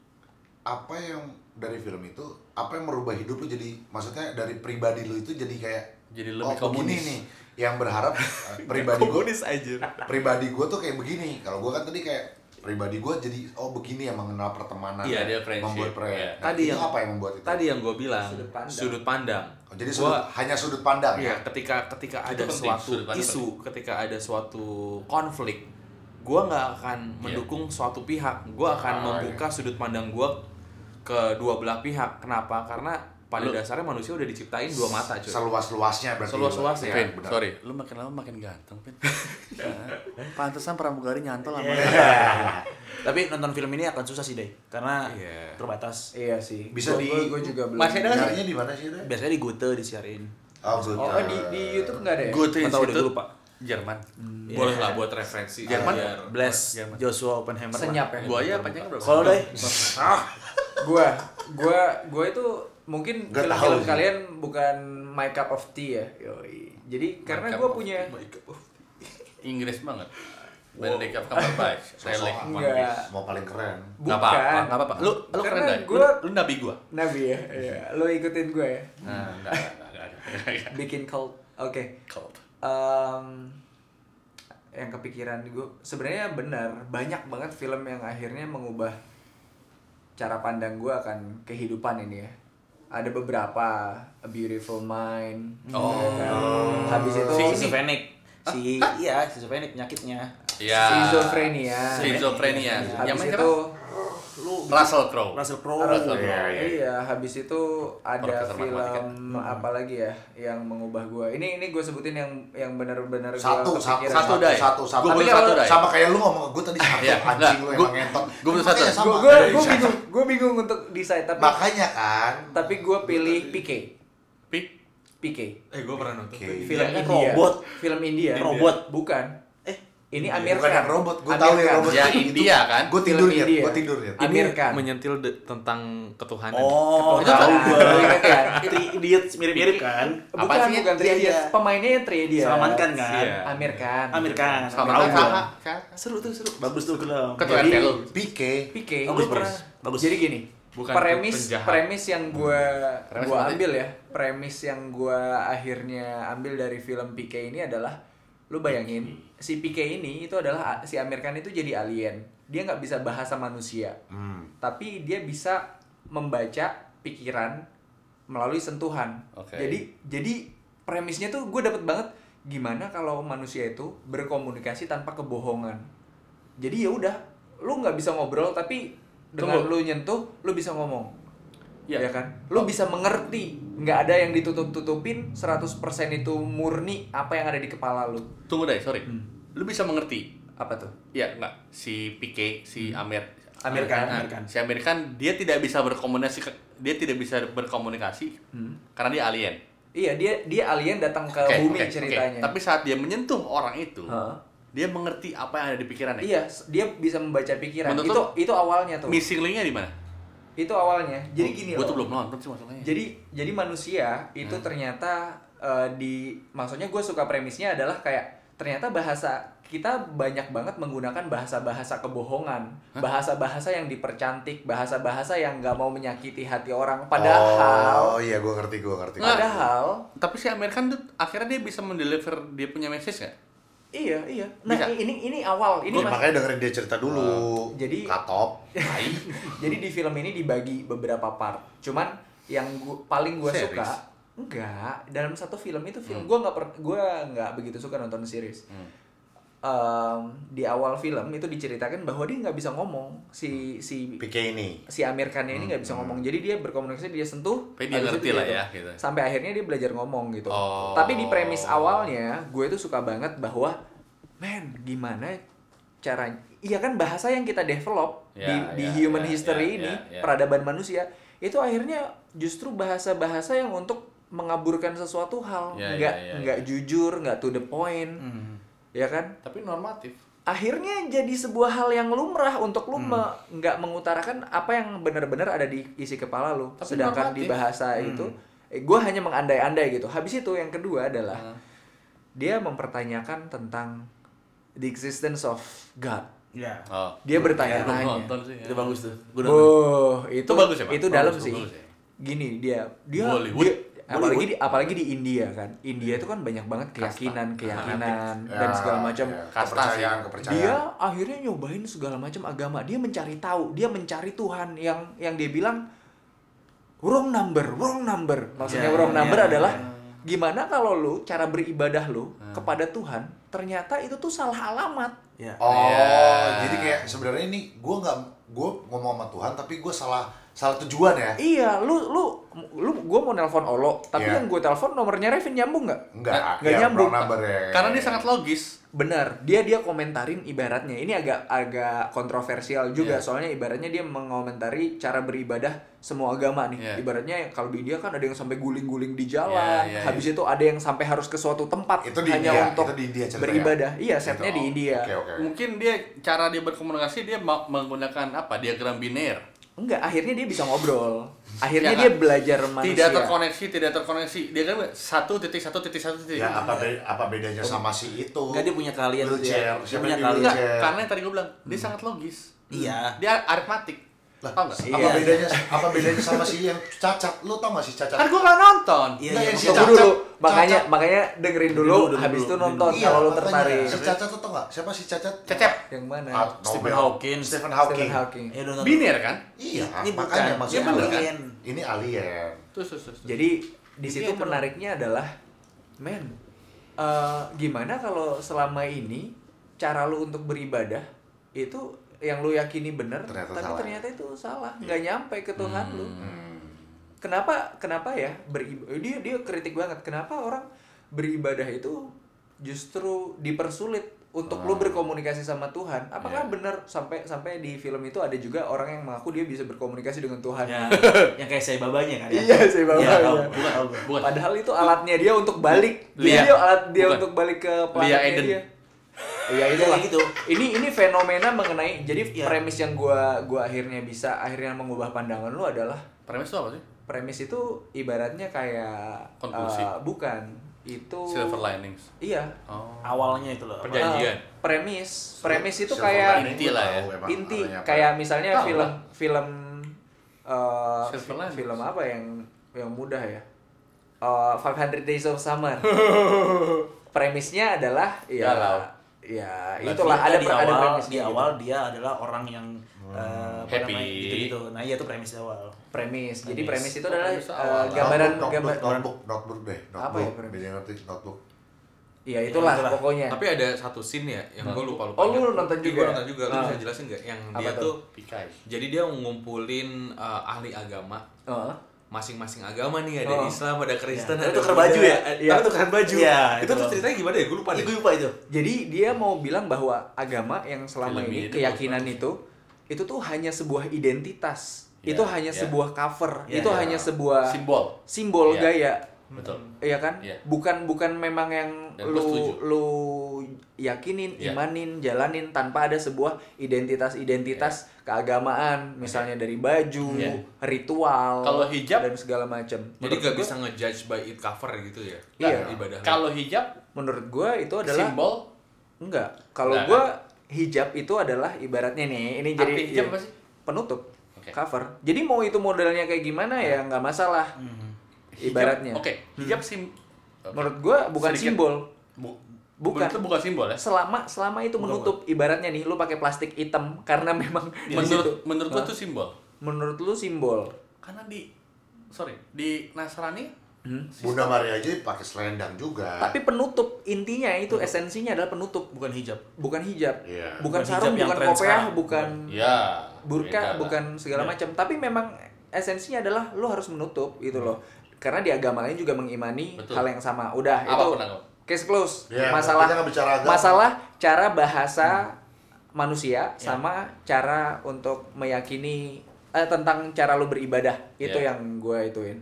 apa yang dari film itu, apa yang merubah hidup lu jadi, maksudnya dari pribadi lu itu jadi kayak Jadi lebih begini komunis. nih. Yang berharap pribadi gua aja. pribadi gua tuh kayak begini. Kalau gua kan tadi kayak pribadi gua jadi begini yang mengenal pertemanan. Iya, dia friendship. membuat Iya. Tadi itu yang- apa yang membuat itu? Tadi yang gue bilang Sudut sudut pandang. pandang. Oh, jadi Gua- hanya sudut pandang Iya, ya. ketika Itu ada penting, suatu sudut pandang isu, ketika ada suatu konflik, gue nggak akan Iya. mendukung suatu pihak. Gue akan membuka sudut pandang gue ke dua belah pihak. Kenapa? Karena pada dasarnya manusia udah diciptain dua mata, cuy. Seluas-luasnya berarti. Seluas-luasnya. Vin, benar. sorry, lu makin lama makin ganteng, Vin. Pantesan pramugari nyantol sama. Tapi nonton film ini akan susah sih, Day. Karena Iya. terbatas. Iya sih. Bisa Gue juga belum. Masih ada nggak sih? Nyarinya di mana sih itu? Biasanya di Gute disiarin. Oh, good. Oh, di YouTube nggak ada ya? Gue tuh Nggak tahu deh, Institute gue lupa. Jerman. Boleh lah buat referensi. Jerman, biar- Bless Jerman. Joshua Oppenheimer. Senyap ya. Buaya panjangnya berapa? Kalau Day, Gua itu mungkin Nggak tahu film-film sih. kalian bukan my cup of tea ya. Yoi. Jadi karena cup gue of punya Inggris banget. Benedict Cumberbatch, Relic. enggak Mau paling keren. Nggak apa-apa, nggak apa-apa. Lu Karena keren dah. gua- Lu nabi gua. nabi ya. Iya. Lo ikutin gue ya. Nah, enggak. Bikin cult. Oke. Cult. Yang kepikiran gue sebenarnya benar banyak banget film yang akhirnya mengubah cara pandang gue akan kehidupan ini ya. Ada beberapa A Beautiful Mind. Oh. ya kan? Habis itu schizophrenic. Schizophrenic penyakitnya. Ya. Schizophrenia. Schizophrenia. Yang Habis main itu Russell Crowe. Russell Crowe. iya, habis itu ada Profesor matematika. film apa lagi ya yang mengubah gue. Ini gue sebutin yang benar-benar gue Satu, Satu, Day. satu. Gua Tapi butuh satu, Day. Sama kayak lu ngomong ke gue tadi satu, Iya, anjing enggak. lu Gua- emang ngentot. gua butuh satu. Makanya sama. Gue bingung untuk decide Makanya kan. tapi gue pilih PK. Pik. PK. gue pernah nonton. Oke. Film Dia kan India. robot. Film India. Robot. Bukan. Ini Amir Bukan Khan. yang robot, gue Amir tahu yang Khan. robot. Ya, India kan? Gue Film tidur India. gue tidur ya. Amir Ini Khan. menyentil tentang ketuhanan. Oh, Itu tahu kan. gue. Ingat kan? Three Idiots mirip-mirip kan? Bukan, Apa sih? bukan Three Idiots. Iya. Pemainnya yang Three Idiots. Salman Khan kan? Iya. Amir Khan. Amir Khan. Sama Tahu gua. sama. Seru tuh, seru. Bagus tuh film. Ketua Jadi- RT lu. PK. PK. Bagus, Gua pernah. bagus. Jadi gini. Bukan premis penjahat. yang gua Premis gua apa sih? ambil ya. Premis yang gua akhirnya ambil dari film PK ini adalah lu bayangin si PK ini itu adalah si Amir Khan itu jadi alien. Dia nggak bisa bahasa manusia. Tapi dia bisa membaca pikiran melalui sentuhan. Oke. Jadi premisnya tuh gue dapet banget gimana kalau manusia itu berkomunikasi tanpa kebohongan. Jadi ya udah, lu nggak bisa ngobrol tapi dengan Tunggu. lu nyentuh, lu bisa ngomong. Ya. Ya kan? Lu bisa mengerti. Nggak ada yang ditutup-tutupin, 100% itu murni apa yang ada di kepala lu. Tunggu deh, sorry. Lu bisa mengerti Apa tuh? Ya enggak, si PK, si Amir Amerikan. Si Amir Khan dia tidak bisa berkomunikasi karena dia alien. Iya, dia alien datang ke bumi ceritanya. Tapi saat dia menyentuh orang itu, dia mengerti apa yang ada di pikirannya. Iya, dia bisa membaca pikiran. Menurut Itu awalnya tuh. Missing link-nya di mana? Itu awalnya. Jadi gini Gue loh. tuh belum nonton sih masalahnya. Jadi manusia itu ternyata maksudnya gue suka premisnya adalah kayak ternyata bahasa kita banyak banget menggunakan bahasa-bahasa kebohongan, bahasa-bahasa yang dipercantik, bahasa-bahasa yang nggak mau menyakiti hati orang. Padahal, iya gue ngerti. padahal, Tapi si Amir Khan tuh akhirnya dia bisa mendeliver dia punya message nggak? iya. Nah Bisa. ini awal, ini Makanya dengerin dia cerita dulu. Jadi- Katop. Jadi di film ini dibagi beberapa part. Cuman yang paling gue Series? suka enggak dalam satu film itu gue nggak begitu suka nonton series. Di awal film itu diceritakan bahwa dia nggak bisa ngomong si PK ini. si Amir Khan ini nggak bisa ngomong. Jadi dia berkomunikasi, dia sentuh. Tapi dia habis ngerti itu lah tuh. ya, gitu. Sampai akhirnya dia belajar ngomong gitu. Oh. Tapi di premis awalnya gue tuh suka banget bahwa gimana cara, iya kan bahasa yang kita develop di human history ini, peradaban manusia itu akhirnya justru bahasa-bahasa yang untuk mengaburkan sesuatu hal, nggak jujur, nggak to the point, ya kan? Tapi normatif. Akhirnya jadi sebuah hal yang lumrah untuk lu nggak mengutarakan apa yang benar-benar ada di isi kepala lu. Tapi Sedangkan di normatif. bahasa itu, gue hanya mengandai-andai gitu. Habis itu yang kedua adalah dia mempertanyakan tentang the existence of God. Ya. Oh. Dia Belum bertanya-tanya. nonton sih. Itu bagus tuh. Itu bagus ya, Pak? Itu dalam Bagus, sih. bagus ya. Gini dia Bollywood. apalagi di India kan. India itu kan banyak banget keyakinan dan segala macam. Kepercayaan. Dia akhirnya nyobain segala macam agama. Dia mencari tahu, dia mencari Tuhan yang dia bilang wrong number. Maksudnya wrong number adalah gimana kalau lu cara beribadah lu kepada Tuhan ternyata itu tuh salah alamat. Ya. Jadi kayak sebenarnya ini gue ngomong sama Tuhan tapi gue salah tujuan ya. Iya, gue mau nelpon Olo, tapi yang gue telepon nomornya Revin nyambung nggak? Enggak Nggak nyambung. wrong number ya. Karena dia sangat logis. Benar, dia komentarin ibaratnya. Ini agak kontroversial juga, soalnya ibaratnya dia mengomentari cara beribadah semua agama nih. Ibaratnya kalau di India kan ada yang sampai guling-guling di jalan, habis itu ada yang sampai harus ke suatu tempat Itu di hanya India, untuk itu di India ceritanya. beribadah. Iya, Gitu. setnya di India. Oke. Mungkin cara dia berkomunikasi dia menggunakan apa? Diagram biner. Enggak, akhirnya dia bisa ngobrol. Akhirnya Ya, dia belajar manusia. Tidak terkoneksi. Dia kan 1.1.1. Ya apa bedanya sama si itu? Enggak, dia punya keahlian tuh Wheelchair. dia. Dia Siapa punya yang di keahlian. Enggak, wheelchair? karena yang tadi gue bilang, dia sangat logis. Iya. Dia aritmatik. Lah, Tau nggak? apa bedanya sama si yang cacat? Lu tau gak si cacat? Kan gue nggak nonton. Iya, Nggak, iya. yang si Tunggu cacat. dulu, makanya Cacat. dengerin dulu, Dulu, habis itu dulu. nonton Iya, kalau lu makanya. tertarik. Si cacat tuh tau gak? Siapa si cacat? Cecep. Yang mana? Stephen Nobel. Hawking. Stephen Hawking. Stephen Hawking. Ya udah nonton. Biner kan? Iya, Ini makanya bukan. maksudnya Dia kan. alien. Ini alien. Terus. Jadi di situ Iya, itu menariknya adalah, gimana kalau selama ini cara lu untuk beribadah itu yang lu yakini benar, Ternyata tapi salah. ternyata itu salah, nggak nyampe ke Tuhan lu. Kenapa ya dia kritik banget. Kenapa orang beribadah itu justru dipersulit untuk lu berkomunikasi sama Tuhan? Apakah benar sampai di film itu ada juga orang yang mengaku dia bisa berkomunikasi dengan Tuhan? Ya, yang kayak saya babanya kan ya. Iya, saya babanya. Iya, tahu. Bukan. Bukan. Padahal itu alatnya dia untuk balik. Lia. Dia alat dia Bukan. untuk balik ke Lia planetnya Eden. dia. Iya itulah gitu. Ini fenomena mengenai, jadi Iya. premis yang gua akhirnya mengubah pandangan lu adalah Premis itu apa sih? premis itu ibaratnya kayak Konklusi. Bukan. Itu Silver linings. Iya. Oh. Awalnya itu loh. Perjanjian. Premis itu Silver kayak lining inti lah ya. tahu emang inti artinya apa. kayak misalnya Tahu film Silver linings. film apa yang mudah ya, 500 Days of Summer. Premisnya adalah Galau. ya Nah, itulah ternyata ada premis di awal dia adalah orang yang Happy. gitu. Nah, iya itu premis awal. premis. Jadi Premis. premis itu adalah Premis awal. gambaran Notebook deh. Apa ya, premis? Beda ngerti notebook. ya itulah itulah. pokoknya. Tapi ada satu scene ya yang gue lupa. Oh, lu nonton juga? Gue nonton juga. Lu Ah. bisa jelasin nggak? Yang Apa dia tuh? tuh Pikai. jadi dia ngumpulin ahli agama. Heeh. masing-masing agama nih, ada Islam, ada Kristen, Tapi ada tukar Buddha. baju ya? Tapi tukeran baju. Iya, Itu tuh itu. ceritanya gimana ya? Gue lupa deh. Gue lupa itu. Jadi dia mau bilang bahwa agama yang selama Film ini ini keyakinan itu tuh hanya sebuah identitas. Itu hanya sebuah cover. Itu hanya sebuah simbol Iya. gaya. Betul. Iya kan? Iya. Bukan memang yang Dan gua setuju. lu yakinin, Iya. imanin, jalanin tanpa ada sebuah identitas keagamaan, misalnya dari baju, Iya. ritual, Kalau hijab, dan segala macam. Jadi Menurut gak gua- bisa ngejudge by it cover gitu ya? Iya. Ibadah. Kalau hijab menurut gua itu adalah simbol. enggak. Kalau Enggak, gua hijab itu adalah ibaratnya nih, ini jadi Arti hijab apa sih? penutup, Oke. cover. Jadi mau itu modelnya kayak gimana ya nggak masalah. Ibaratnya. Hijab, oke, hijab Menurut gua bukan Sedikit. simbol. Bu- Bukan. Itu bukan simbol ya? Selama itu menutup, ibaratnya nih lu pakai plastik hitam karena memang di situ. Menurut gua Hah? itu simbol. Menurut lu simbol. Karena di Nasrani Bunda Maria aja pakai selendang juga. Tapi penutup, intinya itu esensinya adalah penutup, Bukan hijab. bukan hijab. Iya. Bukan Bukan sarung, hijab yang bukan tren kopiah, sekarang. bukan ya burka, beda lah. bukan segala macam. Tapi memang esensinya adalah lu harus menutup gitu loh. Karena di agama lain juga mengimani Betul. hal yang sama. Udah Apa itu penanggung? case close. Ya, masalah kita nggak bicara agama. masalah cara bahasa manusia sama cara untuk meyakini tentang cara lu beribadah. Itu Ya. yang gua ituin.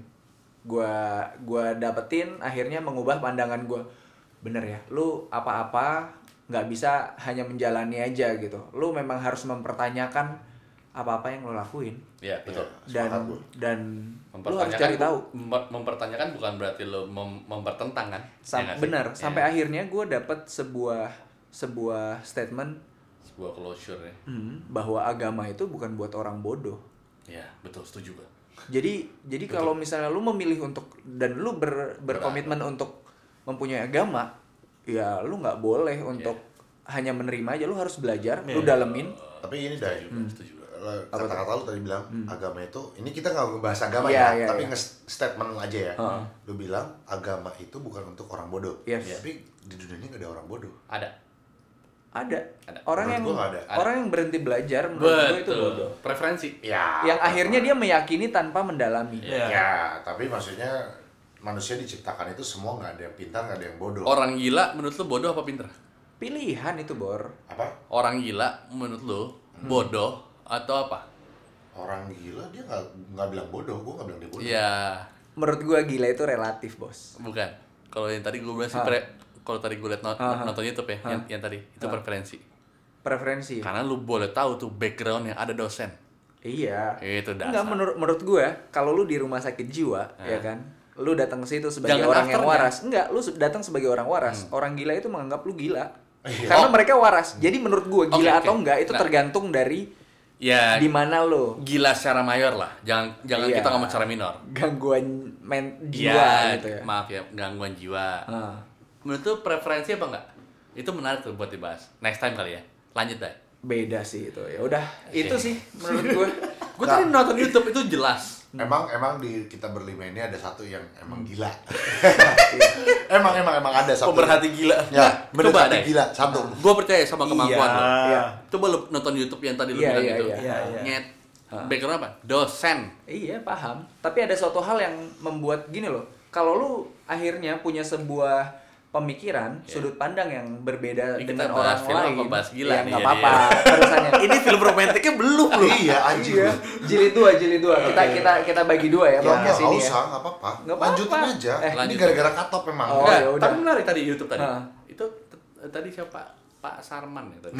Gua dapetin akhirnya mengubah pandangan gua. Bener ya, lu apa-apa nggak bisa hanya menjalani aja gitu. Lu memang harus mempertanyakan apa-apa yang lu lakuin. Ya, betul. Dan Sepakat gua. dan lu harus cari tahu. Mempertanyakan bukan berarti lo mempertentang kan? Ya nggak sih? Benar, Ya. sampai akhirnya gue dapat sebuah statement Sebuah closure ya. bahwa agama itu bukan buat orang bodoh. Ya, betul, setuju gua. Jadi kalau misalnya lu memilih untuk dan lu berkomitmen untuk mempunyai agama, ya lu nggak boleh untuk hanya menerima aja. Lu harus belajar, lu dalemin. Tapi ini dah Setuju. kata-kata lu tadi bilang agama itu, ini kita nggak ngebahas agama Iya, ya, iya, tapi iya. nge-statement aja ya. Heeh. Lu bilang agama itu bukan untuk orang bodoh. Yes. Tapi di dunia ini nggak ada orang bodoh. Ada. Ada. Ada. Orang Menurut yang gua nggak ada. orang yang berhenti belajar menurut gue itu Betul. bodoh. Preferensi. Ya. Yang akhirnya dia meyakini tanpa mendalami. Iya. Ya, tapi maksudnya manusia diciptakan itu semua nggak ada yang pintar, nggak ada yang bodoh. Orang gila menurut lo bodoh apa pinter? Pilihan itu, Bor. Apa? Orang gila menurut lo bodoh atau apa? Orang gila dia nggak bilang bodoh, gua nggak bilang dia bodoh. Ya, Menurut gua gila itu relatif, Bos. bukan. Kalau yang tadi gue bilang sih kalau tadi gue liat nonton YouTube ya, yang tadi itu preferensi. Preferensi. Karena lu boleh tahu tuh backgroundnya ada dosen. Iya. Itu dasar. Enggak, menurut gua kalau lu di rumah sakit jiwa, ya kan? Lu datang ke situ sebagai Jangan orang yang afternya. waras. Enggak, lu datang sebagai orang waras. Orang gila itu menganggap lu gila. Karena mereka waras. Jadi menurut gua gila Oke, atau oke. enggak itu Nah. tergantung dari Ya, di mana lu. gila secara mayor lah. Jangan Iya. kita ngomong secara minor. Gangguan jiwa Iya, gitu ya. maaf ya, gangguan jiwa. Ah. Menurut lu preferensi apa enggak? Itu menarik tuh buat dibahas. Next time kali ya. Lanjut deh. Beda sih itu. Ya udah, itu sih menurut gua. Gue tadi nonton YouTube itu jelas. Emang di kita berlima ini ada satu yang emang gila. emang ada satu. Pemerhati gila. Ya, Coba mendekati deh. gila satu. Gue percaya sama kemampuan lo. Iya. Coba lu nonton YouTube yang tadi lu Iya, bilang iya, gitu. iya, iya. Nyet. Background apa? Dosen. Iya, paham. Tapi ada suatu hal yang membuat gini loh. Kalau lu akhirnya punya sebuah pemikiran, sudut pandang yang berbeda Ini kita dengan bahas orang film lain. apa bahas gila ya, nih nggak jadi apa-apa. ya. Terusannya. Ini film romantiknya belum loh. Iya, anjing. Iya. Jilid 2. Kita bagi dua ya Ya, podcast nggak ini ya. usah, nggak apa-apa. Nggak apa-apa. Lanjutin aja. Ini lanjut. gara-gara katop memang. Oh, Enggak, ya udah. tapi menarik tadi YouTube tadi. Hah. Itu tadi siapa? Pak Sarman ya tadi.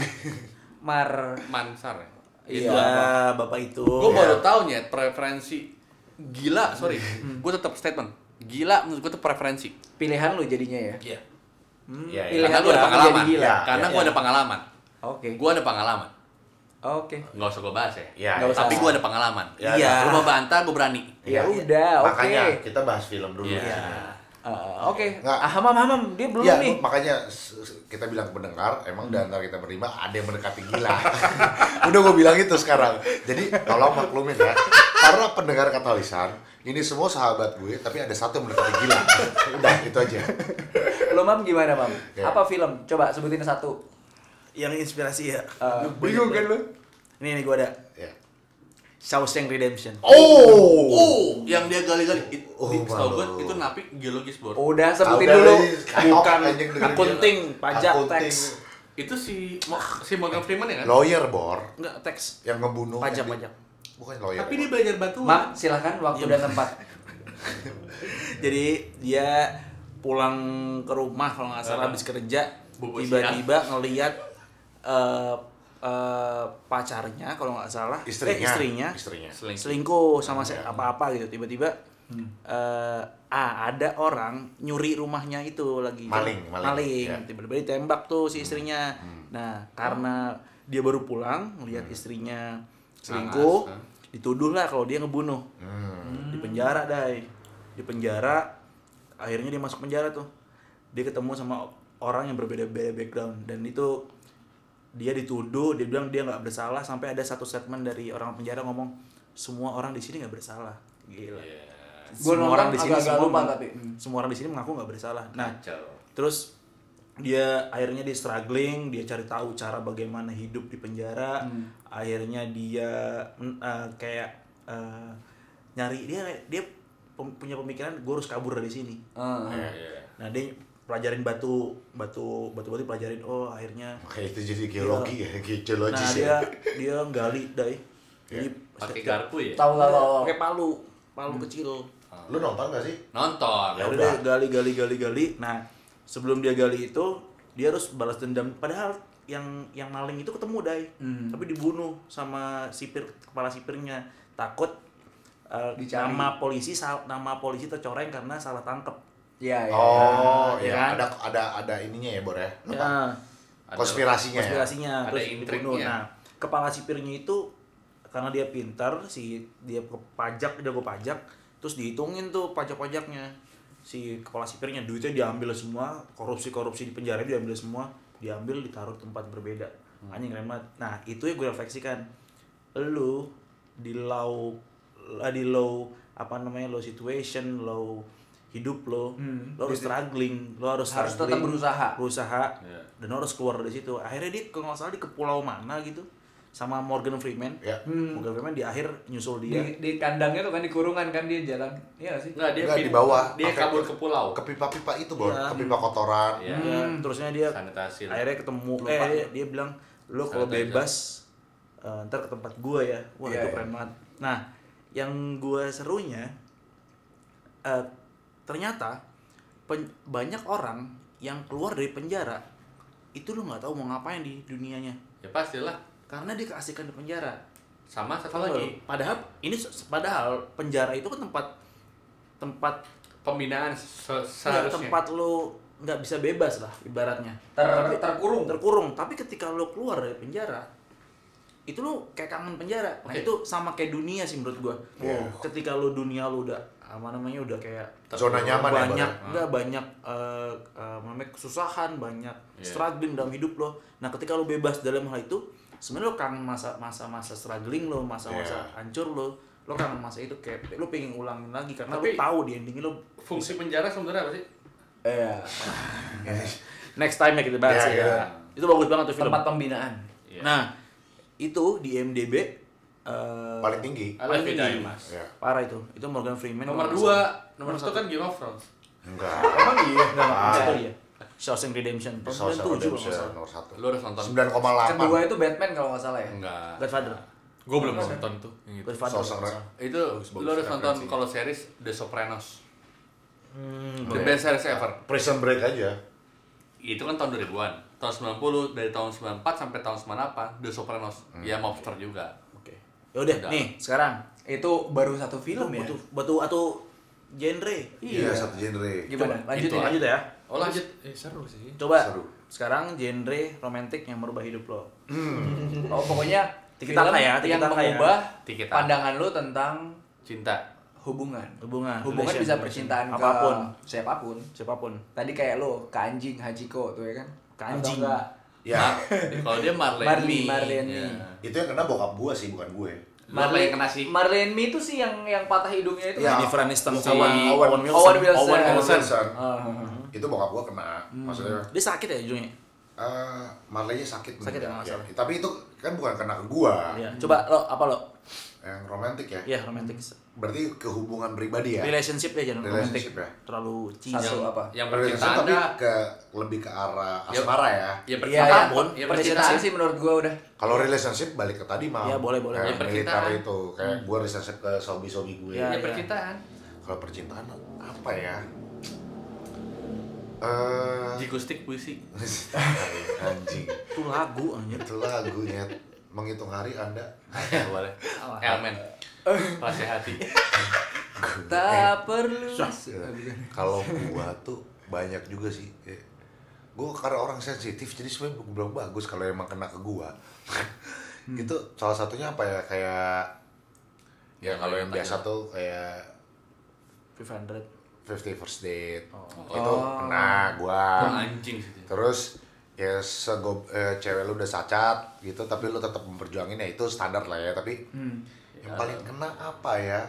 Mansar ya. Iya. Ya, bapak itu. Gue baru tahu nya preferensi gila, sorry. Gue tetap statement. Gila menurut gue tuh preferensi. Pilihan lu jadinya ya. Iya. Iya, iya. Pilihan Karena lu gue ada menjadi pengalaman. gila. Iya. Karena gue ada pengalaman. Oke. Gue ada pengalaman. Oke. Nggak usah gue bahas ya. Iya, Nggak usah. Tapi gue ada pengalaman. Iya. Lu mau bantah, gue berani. Ya Iya. udah, oke. Makanya kita bahas film dulu. Iya. di sini. Oke. Nggak. Hamam, dia belum Iya, nih. makanya kita bilang ke pendengar, emang di antara kita berlima ada yang mendekati gila. Udah gue bilang itu sekarang. Jadi tolong maklumin ya. Karena pendengar Kata Lisan, ini semua sahabat gue, tapi ada satu yang mendekati gila. Udah, itu aja. Lo Mam gimana, Mam? Ya. Apa film? Coba sebutin satu. Yang inspirasi ya. Bingung kan lu? Ini gue ada. Ya. Shawshank Redemption. Oh, yang dia gali-gali. Setahu gue malu. itu napi geologis, Bor. Udah sebutin Udah, dulu. Bukan anjing dengerin akunting, dia. pajak, Akunting. teks. Itu si Morgan Freeman ya kan? Lawyer, Bor. Enggak, teks. Yang ngebunuh. Pajak, yang pajak. Bukan lawyer. Tapi ya? dia belajar batu. Mak, silakan waktu dan tempat. Jadi dia pulang ke rumah kalau nggak salah habis kerja, Bobo tiba-tiba ngelihat pacarnya kalau nggak salah, istrinya selingkuh sama apa-apa gitu. Tiba-tiba ada orang nyuri rumahnya itu lagi Maling. Ya. Tiba-tiba ditembak tuh si istrinya. Nah, karena dia baru pulang ngelihat istrinya selingkuh, dituduh lah kalau dia ngebunuh. Di penjara, di penjara. Akhirnya dia masuk penjara tuh. Dia ketemu sama orang yang berbeda-beda background, dan itu dia dituduh, dia bilang dia nggak bersalah, sampai ada satu statement dari orang penjara ngomong semua orang di sini nggak bersalah. Gila. Semua orang di sini semua orang di sini mengaku nggak bersalah. Nah, terus dia akhirnya dia struggling, dia cari tahu cara bagaimana hidup di penjara. Akhirnya dia nyari dia punya pemikiran gue harus kabur dari sini. Nah, dia pelajarin batu pelajarin, akhirnya Kayak itu jadi geologi ya, geologis. nah dia gali jadi Pakai garpu ya? Tahu lah. pakai palu kecil. Lu nonton gak sih? Nonton. Ya udah gali. Nah, sebelum dia gali itu dia harus balas dendam, padahal yang maling itu ketemu tapi dibunuh sama kepala sipirnya. Takut nama polisi tercoreng karena salah tangkep. Iya. Kan? Ada ininya ya, Bor ya. Ya, Konspirasinya. Ada terus intriknya. dibunuh. Nah, kepala sipirnya itu karena dia pintar, dia ke pajak, terus dihitungin tuh pajak-pajaknya. Si kepala sipirnya duitnya diambil semua, korupsi di penjara diambil semua, ditaruh tempat berbeda. Anjing keren banget. Nah, itu yang gue refleksikan. Lu di low situation, low hidup lo harus struggling, lo harus tetap berusaha. Dan lo harus keluar dari situ. Akhirnya dia kalau nggak salah di ke pulau mana gitu sama Morgan Freeman. Morgan Freeman di akhir nyusul dia Di kandangnya tuh kan, di kurungan kan dia jalan. Iya nggak sih? Nggak, dia Di bawah. Dia Pakai kabur ke pulau. Ke pipa-pipa itu, Bor. Iya. Ke pipa kotoran. Iya. Terusnya dia Sanitasi. akhirnya ketemu dia bilang lo kalau Sanitizer. bebas ntar ke tempat gua ya. Wah, Iya, itu iya. keren banget. Nah, yang gua serunya ternyata banyak orang yang keluar dari penjara itu lo nggak tahu mau ngapain di dunianya, Ya pastilah. karena dia keasikan di penjara. Sama satu lagi. Padahal penjara itu kan tempat Pembinaan ya, seharusnya. tempat lo nggak bisa bebas lah ibaratnya. Terkurung. Tapi ketika lo keluar dari penjara, itu lo kayak kangen penjara. Nah, Oke. itu sama kayak dunia sih menurut gua. Wow. Ketika lo dunia lo udah udah kayak Zona nyaman ya, banyak Bor. nggak banyak kesusahan, banyak struggling dalam hidup lo. Nah, ketika lo bebas dalam hal itu, sebenarnya lo kangen masa struggling lo, masa-masa hancur lo kangen masa itu, kayak lo pengen ulangin lagi karena Tapi lo tahu di endingnya lo. Fungsi penjara sebenarnya apa sih? Iya. Next time ya kita bahas Iya, ya. iya. Itu bagus banget tuh film. Tempat pembinaan. Iya. Nah, itu di IMDb Paling tinggi. I Love You Die, Mas. Ya. parah itu. Itu Morgan Freeman. Nomor kalau nggak 2. Nomor 1 kan Game of Thrones. Enggak. Emang iya. salah. Itu dia. Shawshank Redemption. Tahun 97 kalau nggak salah. nomor 1. Lu harus nonton. 9,8. Kedua itu Batman kalau nggak salah ya. Enggak. Godfather. Gue belum nonton tuh yang itu. Godfather. Shawshank kalau nggak salah. Itu lu harus nonton referensi. kalau series The Sopranos. The Oke. best series ever. Prison Break aja. Itu kan tahun 2000-an. Tahun 90, dari tahun 94 sampai tahun 98 The Sopranos. Ya mobster juga. Oke. Ya udah, Udah. nih sekarang Itu baru satu film ya. batu atau genre. Iya, satu genre. Gimana? Lanjutin ya. Lanjut ya. Oh lanjut. Seru sih. Coba Seru. sekarang genre romantik yang merubah hidup lo. Oh, pokoknya Tiki-taka film ya, yang tiki-taka ya. mengubah Tiki-taka. pandangan lu tentang Cinta. hubungan. Hubungan Hubungan bisa relation, percintaan apapun. ke siapapun. Siapapun. Tadi kayak lo ke anjing Hachiko tuh ya kan? Ke Atau anjing. enggak Ya, Kalau dia Marlene. Marlene. Ya. itu yang kena bokap gua sih, bukan gue. Lu apa yang kena sih? Marlene Me itu sih yang patah hidungnya itu. Ya. Jennifer Aniston Si sama Owen Wilson. Owen Wilson. Owen Wilson. Ah. Itu bokap gua kena. Maksudnya Dia sakit ya ujungnya? Marley-nya sakit. Sakit ya, nggak salah. Tapi itu kan bukan kena ke gua. Iya. Coba lo apa lo? Yang romantis ya? Iya, romantic. Berarti ke hubungan pribadi ya? Relationship ya, jangan romantic. Relationship ya? Terlalu cheesy. Satu apa? Yang Relationship percintaan tapi dah. lebih ke arah asmara ya? Ya Iya, percintaan, Bon. ya Percintaan percintaan sih menurut gua udah. Kalau relationship balik ke tadi mah. Iya, boleh. Kayak Ya, militer percintaan. itu, kayak gue relationship ke sobi-sobi gue. Iya. Ya percintaan. Kalau percintaan apa ya? Jikustik puisi. Anjing. Itu lagu anjir. Itu lagunya. Menghitung hari Anda. Ya boleh. Elmen. Pasnya hati. Tak perlu. Kalau gua tuh banyak juga sih. Gue karena orang sensitif jadi sebenarnya gue bilang bagus kalau emang kena ke gua. Itu salah satunya apa ya, kayak ya kalau yang biasa tuh kayak 500. 50 First Date. Itu kena gua. Oh, anjing sih. Terus ya cewek lu udah cacat gitu tapi lu tetap memperjuangin ya itu standar lah ya, tapi yang paling kena apa ya?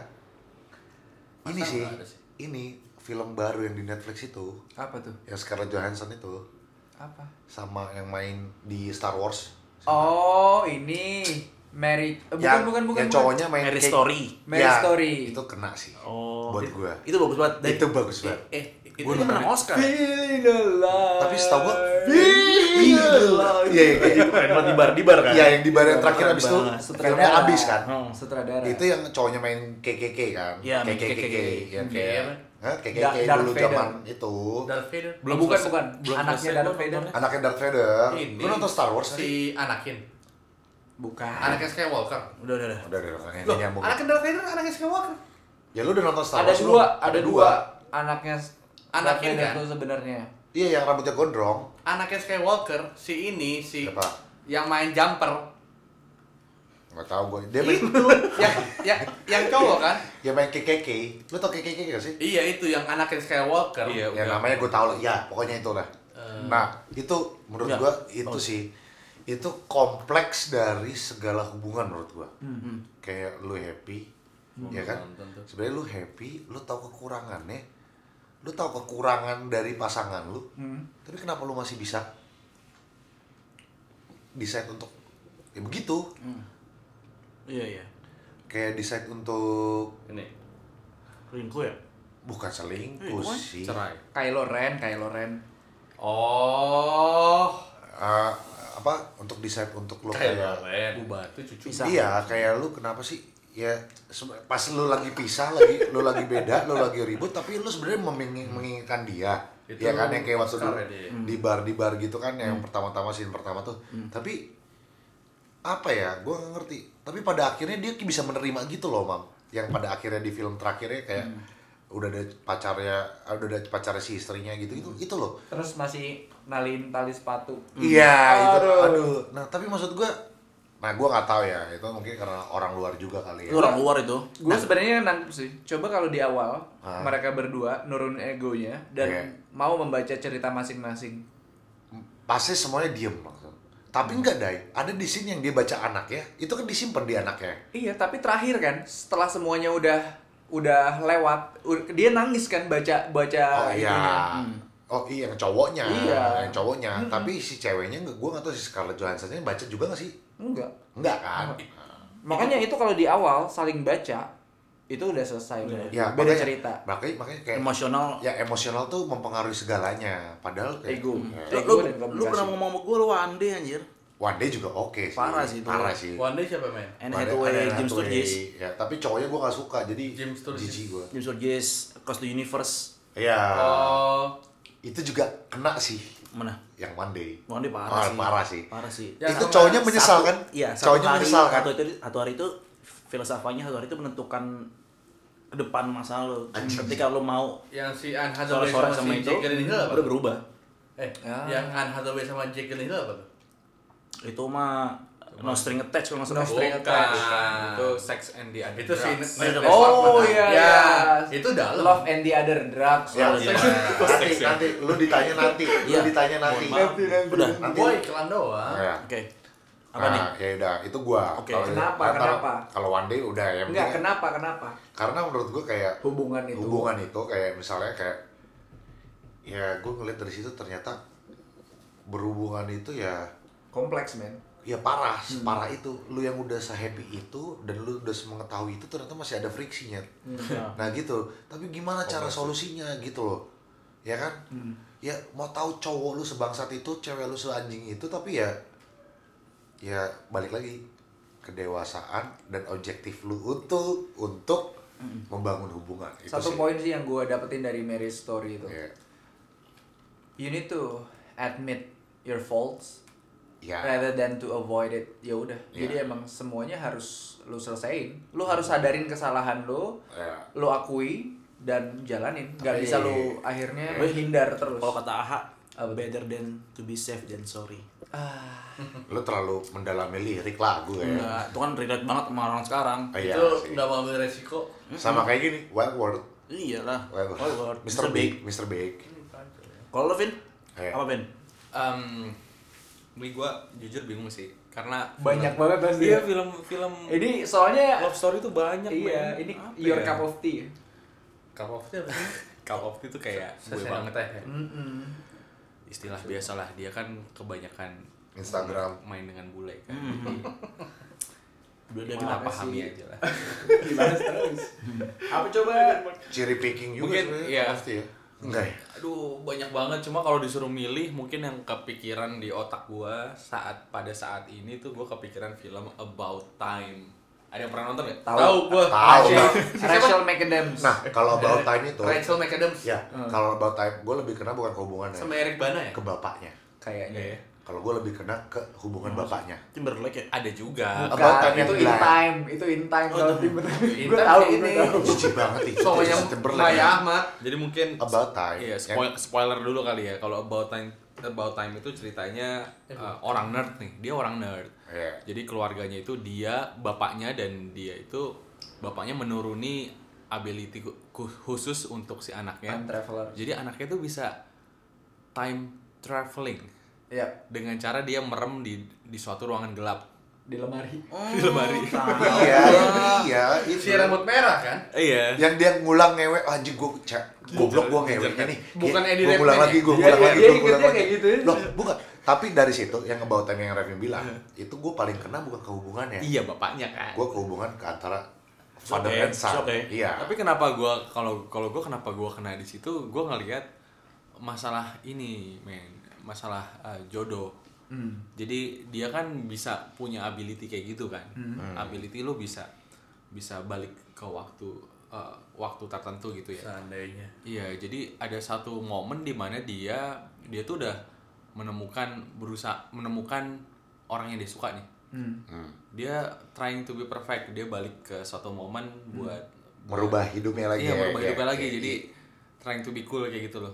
Ini Masa sih, nggak ada sih? ini film baru yang di Netflix itu, Apa tuh? yang Scarlett Johansson itu Apa? sama yang main di Star Wars. Oh, ini bukan. Yang cowoknya main Mary kayak- Story. Mary Ya, Story. Itu kena sih. Oh. Buat gua. Itu bagus banget. Itu bagus banget. Itu menang Oscar. Feeling alive. Tapi setahu gua Iya, iya kayak gitu. keren banget di bar kan. Iya, yang di bar yang terakhir abis itu Banget. filmnya abis kan. Sutradara. Itu yang cowoknya main KKK kan. Iya, main KKK KKK. yang Kayak kayak apa? Hah? KKK Darth dulu Vader. zaman itu. Darth Vader. bukan. belum Anaknya selesai Darth gua Vader. nontonnya. Anaknya Darth Vader. Ini Lu nonton Star Wars tadi? si Anakin. Bukan. Anaknya Skywalker. Udah. Udah ini Loh, nyambung. anaknya Darth Vader, anaknya Skywalker. Ya lu udah nonton Star Ada Wars? dua, belum? ada dua anaknya Darth Anakin Vader kan? tuh sebenarnya. Iya, yang rambutnya gondrong. Anaknya Skywalker, si Siapa? yang main jumper. Nggak tahu gue. Dia main Itu yang cowok kan? dia main KKK. Lu tau KKK gak sih? Iya itu yang anaknya Skywalker. Iya, Ya namanya gue tahu. Ya, pokoknya itu lah. Nah, itu menurut Ya. gua itu sih. Itu kompleks dari segala hubungan menurut gua. Kayak lu happy, ya kan? Sebenarnya lu happy, lu tahu kekurangannya. Lu tahu kekurangan dari pasangan lu. Tapi kenapa lu masih bisa decide untuk ya begitu? Iya. Kayak decide untuk Ini. Ringku ya? bukan selingkuh bukan. sih. Cerai. Kylo Ren. Oh. Apa untuk decide untuk lu Kayak kayak Bubar itu cucu. Pisah. iya, kayak lu kenapa sih? Ya pas lu lagi pisah, lu lagi beda, lu lagi ribut, tapi lu sebenarnya menginginkan dia. Itu Ya kan yang kayak waktu Oscar dulu ya dia. di bar gitu kan yang pertama-tama scene pertama tuh. Tapi apa ya? Gua nggak ngerti. Tapi pada akhirnya dia bisa menerima gitu loh, Mam. Yang pada akhirnya di film terakhirnya kayak udah ada pacarnya si istrinya gitu. Itu loh. Terus masih nalin tali sepatu. Iya, itu aduh. Nah, tapi maksud gua nggak tahu ya, itu mungkin karena orang luar juga kali ya. Itu orang luar itu. Gue sebenarnya nangkep sih. Coba kalau di awal Ah. mereka berdua nurun egonya dan Iya. mau membaca cerita masing-masing. Pasti semuanya diem maksud. Tapi enggak, Dai. Ada di scene yang dia baca anaknya, itu kan disimpan di anaknya. Iya, tapi terakhir kan setelah semuanya udah lewat, dia nangis kan baca Oh itunya. iya. Oh iya, yang cowoknya. Iya. Yang cowoknya. Tapi si ceweknya gue nggak tahu si Scarlett Johansson-nya baca juga nggak sih? Enggak. Enggak kan? Makanya itu kalau di awal saling baca itu udah selesai udah. Ya, Beda makanya- cerita. Makanya kayak Emosional. ya emosional tuh mempengaruhi segalanya. Padahal kayak Ego. ya, Lu dan komunikasi. pernah ngomong sama gue lu one day anjir. One Day juga oke sih. Parah sih itu. Parah sih. One Day siapa main? Anne One Day- Hathaway, Anne James Hathaway. Sturgis. Ya, tapi cowoknya gue nggak suka. Jadi James Sturgis. jijik gue. James Sturgis, Across the Universe. Iya. Oh. Itu juga kena sih. Mana? Yang One Day. One Day parah Ah, sih. parah sih. Parah sih. Ya, Itu sama cowoknya menyesal kan? Iya, Cowoknya menyesal kan? Satu hari itu filsafatnya satu hari itu menentukan ke depan masa lo. Ketika lo mau Yang si Anne Hathaway sorak-sorak sama, sama si itu, Jake Gyllenhaal apa? udah berubah. Yang Anne Hathaway sama Jake Gyllenhaal apa tuh? Itu mah no string attached kalau nggak salah. No string Bukan. attached. Itu Sex and the Other Itu si Drugs. Oh iya, ya, iya. itu dalam. Love and the Other Drugs. Ya, iya. nanti lu ditanya nanti. Lu Iya. ditanya nanti. Udah. Nanti. Gua iklan doang. Ya. Oke. Apa nih? Nah, ya udah, itu gua. Oke. Kalau- Kenapa? Kalau One Day udah ya. Enggak, mungkin- kenapa? Karena menurut gua kayak Hubungan itu. kayak misalnya kayak ya gua ngeliat dari situ ternyata berhubungan itu ya Kompleks, men. ya parah, separah itu. Lu yang udah se-happy itu dan lu udah mengetahui itu ternyata masih ada friksinya. Nah gitu. Tapi gimana cara solusinya gitu loh. Ya kan? Ya mau tahu cowok lu sebangsat itu, cewek lu seanjing itu, tapi ya balik lagi kedewasaan dan objektif lu untuk membangun hubungan. Itu Satu sih. poin sih yang gue dapetin dari Mary's story itu. Ya. You need to admit your faults Ya. rather than to avoid it. Ya udah. Ya. Jadi emang semuanya harus lu selesain. Lu harus sadarin kesalahan lu, Ya. lu akui dan jalanin. Gak Tapi- bisa lu akhirnya hindar terus. Kalau kata AHA, better than to be safe than sorry. Lu terlalu mendalami lirik lagu ya. Enggak, itu kan relate banget sama orang sekarang. Iya Itu sih. nggak mau ambil resiko. Sama kayak gini, Wild World. Iyalah. Wild Wild World. World. Mr. Big, Mr. Big. Kalau lo, Vin? Iya. Apa, Vin? Ini gue jujur bingung sih karena Banyak banget pasti. Iya, film Ini soalnya love story tuh banyak. iya, men. ini Apa your ya? cup of tea. Cup of tea apa sih? Cup of tea tuh kayak gue Sesendok banget teh ya? istilah biasalah, dia kan kebanyakan Instagram. main dengan bule kan. Jadi Udah kita gimana pahami sih? aja lah. Dibahas terus. Apa coba? Cherry picking juga Mungkin, sebenarnya iya. pasti ya. Enggak ya? Aduh, banyak banget. Cuma kalau disuruh milih, mungkin yang kepikiran di otak gua pada saat ini tuh gua kepikiran film About Time. Ada yang pernah nonton nggak? Tahu gua. Tahu. Rachel McAdams. Nah, kalau About Time itu Rachel McAdams. ya, kalau About Time gue lebih kena bukan ke hubungannya, Sama Eric Bana ya? ke bapaknya. Kayaknya. Ya. Kalau gue lebih kena ke hubungan bapaknya. Timberlake ya? Ada juga. About Bukan, Time yang itu in black. time, itu in time kalau In gue Time tahu ini. gue tahu. Jijik banget itu. Soalnya Justin Timberlake. Maya Ahmad. Jadi mungkin About Time. Iya, spoiler dulu kali ya. Kalau About Time itu ceritanya orang nerd nih. Dia orang nerd. Iya. Jadi keluarganya itu dia, bapaknya dan dia itu bapaknya menuruni ability khusus untuk si anaknya. Time traveler. Jadi anaknya itu bisa time traveling Ya, dengan cara dia merem di suatu ruangan gelap di lemari. di lemari. Iya, itu. Si rambut merah kan? Iya. Yang dia ngulang ngewe, anjing gue goblok gue ngewe nih. Bukan Eddie Gue ngulang Redmayne lagi, ya? gue Iya, ngulang iya, lagi, dia gue ngulang ingetnya lagi. kayak gitu ya. Loh, bukan. Tapi dari situ yang About Time yang Revin bilang, itu gue paling kena bukan ke hubungannya. Iya, bapaknya kan. Gue ke hubungan ke antara father Okay, and son. okay. Iya. Tapi kenapa gua kalau gua kenapa gua kena di situ? Gua ngelihat masalah ini, masalah jodoh. Jadi dia kan bisa punya ability kayak gitu kan. Ability lo bisa balik ke waktu tertentu gitu ya. Seandainya. Iya, jadi ada satu momen di mana dia tuh udah berusaha menemukan orang yang dia suka nih. Dia trying to be perfect, dia balik ke suatu momen buat Merubah hidupnya lagi. iya, ya, merubah kayak- hidupnya lagi, kayak jadi trying to be cool kayak gitu loh.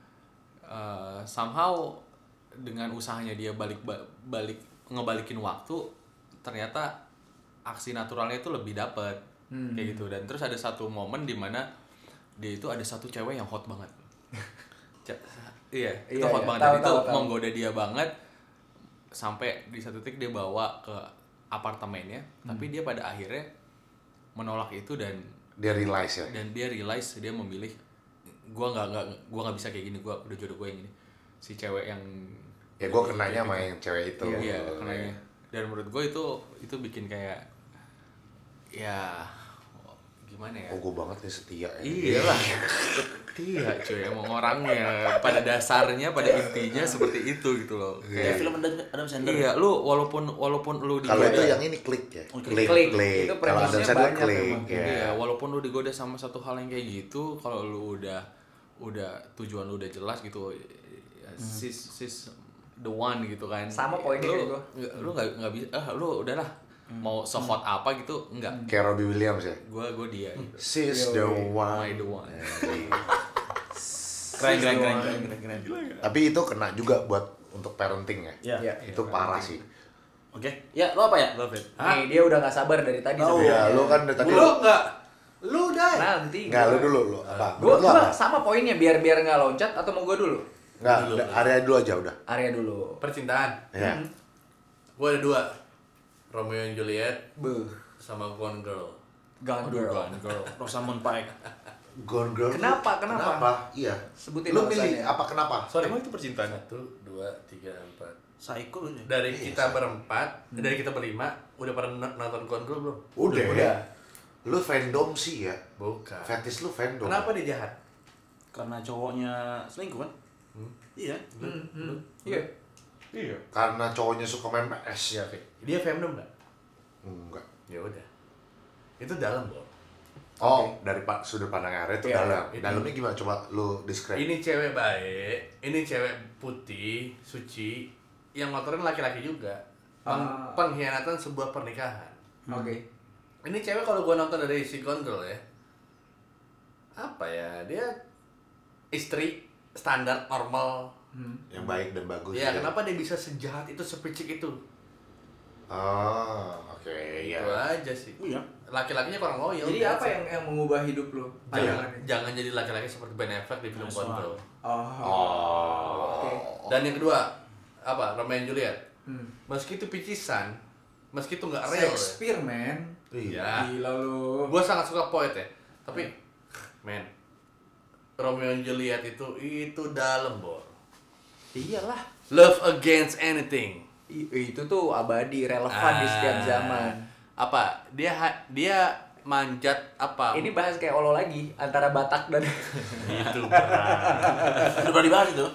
Somehow dengan usahanya dia ngebalikin waktu, ternyata aksi naturalnya itu lebih dapet kayak gitu. Dan terus ada satu momen di mana dia itu ada satu cewek yang hot banget. Iya, itu Iya, hot iya. banget. Tahu, Dan itu tahu. menggoda dia banget sampai di satu titik dia bawa ke apartemennya, tapi dia pada akhirnya menolak itu dan dia realize ya. dia realize dia memilih gua nggak bisa kayak gini, gua udah jodoh gue yang ini, si cewek yang Ya gue kenanya sama yang cewek itu. iya kenanya. Dan menurut gue itu bikin kayak ya gimana ya, Oh gue banget nih setia ya. iya lah setia cuy, emang orangnya pada dasarnya pada intinya seperti itu gitu loh. Kayak film Adam Sandler. Iya, lu walaupun lu Kalau itu digoda, yang ini klik ya. Klik. Klik. Itu Kalau Adam premisnya Sandler banyak klik memang. ya. iya, walaupun lu digoda sama satu hal yang kayak gitu, kalau lu udah tujuan lu udah jelas gitu, ya, sis the one gitu kan. Sama poinnya lu, kayak gua. lu nggak bisa, lu udahlah mau sehot apa gitu, enggak. Kayak Robbie Williams ya. Gue dia gitu. Sis the one. My the one. Keren. Tapi itu kena juga buat untuk parenting ya. Ya. Iya. Itu parah sih. Oke. Ya, lo apa ya? Love it. Nih, dia udah gak sabar dari tadi. Tahu. Ya, lu kan dari tadi. Lu enggak. Lu dah. Nanti. Enggak, lu dulu lu. Apa? Gue Menurut lu apa? sama poinnya biar nggak loncat atau mau gue dulu? Enggak, area dulu aja udah. Area dulu. Percintaan. Ya. Gua ada 2. Romeo and Juliet Beuh. sama Gone Girl. Gone Girl. Girl. Rosamund Pike. Gone Girl. tuh- Kenapa? Kenapa? Iya. Sebutin Lu alasannya. milih apa kenapa? Sorry. Emang itu percintaan? 1, 2, 3, 4. Psycho gitu. Dari kita berempat, dari kita berlima, udah pernah nonton Gone Girl belum? Udah. Lu fandom sih ya. Bukan. Fetish lu fandom. Kenapa dia jahat? Karena cowoknya selingkuh kan? Iya. Iya. Karena cowoknya suka main PS. Iya, oke. Dia fandom nggak? Enggak. Ya udah. Itu dalam, Bro. Oh, dari sudut pandang area itu Iya, dalam. ini. Dalamnya gimana? Coba lu describe. Ini cewek baik, ini cewek putih, suci, yang motorin laki-laki juga. Pengkhianatan sebuah pernikahan. Oke. Ini cewek kalau gua nonton dari si Gone Girl ya, apa ya, dia istri standar normal. Yang baik dan bagus. Ya, kenapa dia bisa sejahat itu, sepicik itu? Oh, oke, ya. Itu aja sih. Iya. Laki-lakinya kurang loyal. Jadi biasa. apa yang mengubah hidup lu? Jangan jadi laki-laki seperti Ben Affleck di film Gone Girl. Oke. Dan yang kedua, apa? Romeo and Juliet. Meski itu picisan, meski itu nggak real. Shakespeare, man. Ya. Gila lu. Gue sangat suka poet ya. Tapi, men, Romeo and Juliet itu dalam, Bor. Iyalah. Love against anything. Itu tuh abadi, relevan di setiap zaman. Apa? Dia manjat apa? Ini bahas kayak Olo lagi antara Batak dan itu. Udah pernah dibahas itu.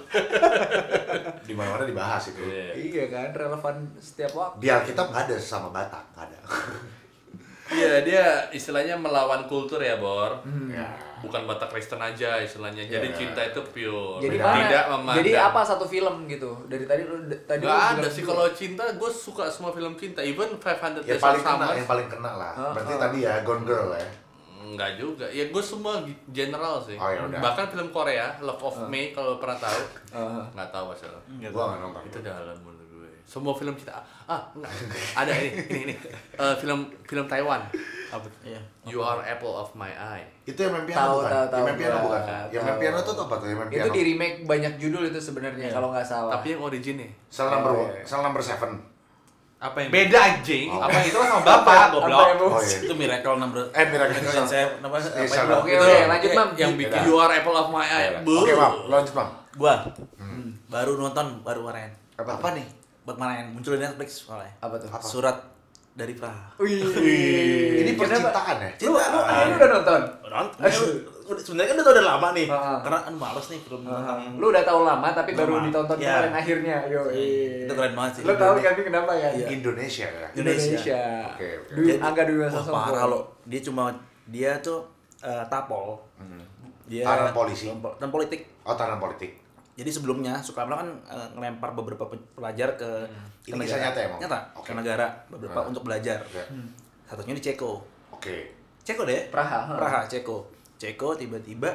Di mana-mana dibahas itu. Iya kan, relevan setiap waktu. Di Alkitab nggak ada sama Batak, nggak ada. Iya, dia istilahnya melawan kultur ya, Bor. Ya. Bukan Batak Kristen aja istilahnya. Jadi Iya. cinta itu pure. Jadi tidak mana? memandang. Jadi apa satu film gitu? Dari tadi lu Gak ada sih kalau cinta, gue suka semua film cinta. Even 500 Yang Days paling of kena, Summer. yang paling kena lah. Berarti tadi ya Gone Girl ya. Enggak juga. Ya gue semua general sih. Oh, ya udah. Bahkan film Korea, Love of May kalau pernah tahu. Nggak tahu masalah. Gua nggak nonton. Itu dalam menurut gue. Semua film cinta. Enggak. Ada ini. Film Taiwan. Apa? Iya. You Are Apple of My Eye. Itu yang main piano bukan? Tahu. Yang main piano bukan? Tahu. Yang main piano itu apa tuh? Yang main Itu piano. di remake banyak judul itu sebenarnya kalau nggak salah. Tapi yang originnya. Cell number 7. Apa yang Beda anjing. Oh. Apa itu kan sama bapak, goblok. Apa yang Oh iya. Itu Miracle number. Miracle. Saya apa? Iya, Apa? salah. Oke, lanjut, Mam. Yang bikin Beda. You Are Apple of My Eye. Oke, Bang. Lanjut, Bang. Gua baru nonton baru kemarin. Apa nih? Kemarin muncul di Netflix soalnya. Apa tuh? Surat dari Praha. Ini percintaan ya? Lu udah nonton? Sebenarnya kan udah lama nih. Heeh. Karena kan males nih film tentang Lu udah tahu lama tapi baru Lama. ditonton Iya. kemarin akhirnya. Yo. itu keren banget sih. Lu tahu kan kenapa kan? Iya. Indonesia ya? Indonesia. Oke. Angga Dwi Wah, Sasongko. parah lo. Dia tuh tapol. Dia Tahanan polisi. dan politik. Oh, tahanan politik. Jadi sebelumnya Soekarno kan ngelempar beberapa pelajar ke Ini kisah nyata emang? Nyata, Oke. ke negara beberapa untuk belajar. Oke. Satunya di Ceko. Oke. Ceko deh. Praha. Praha, Ceko. Ceko tiba-tiba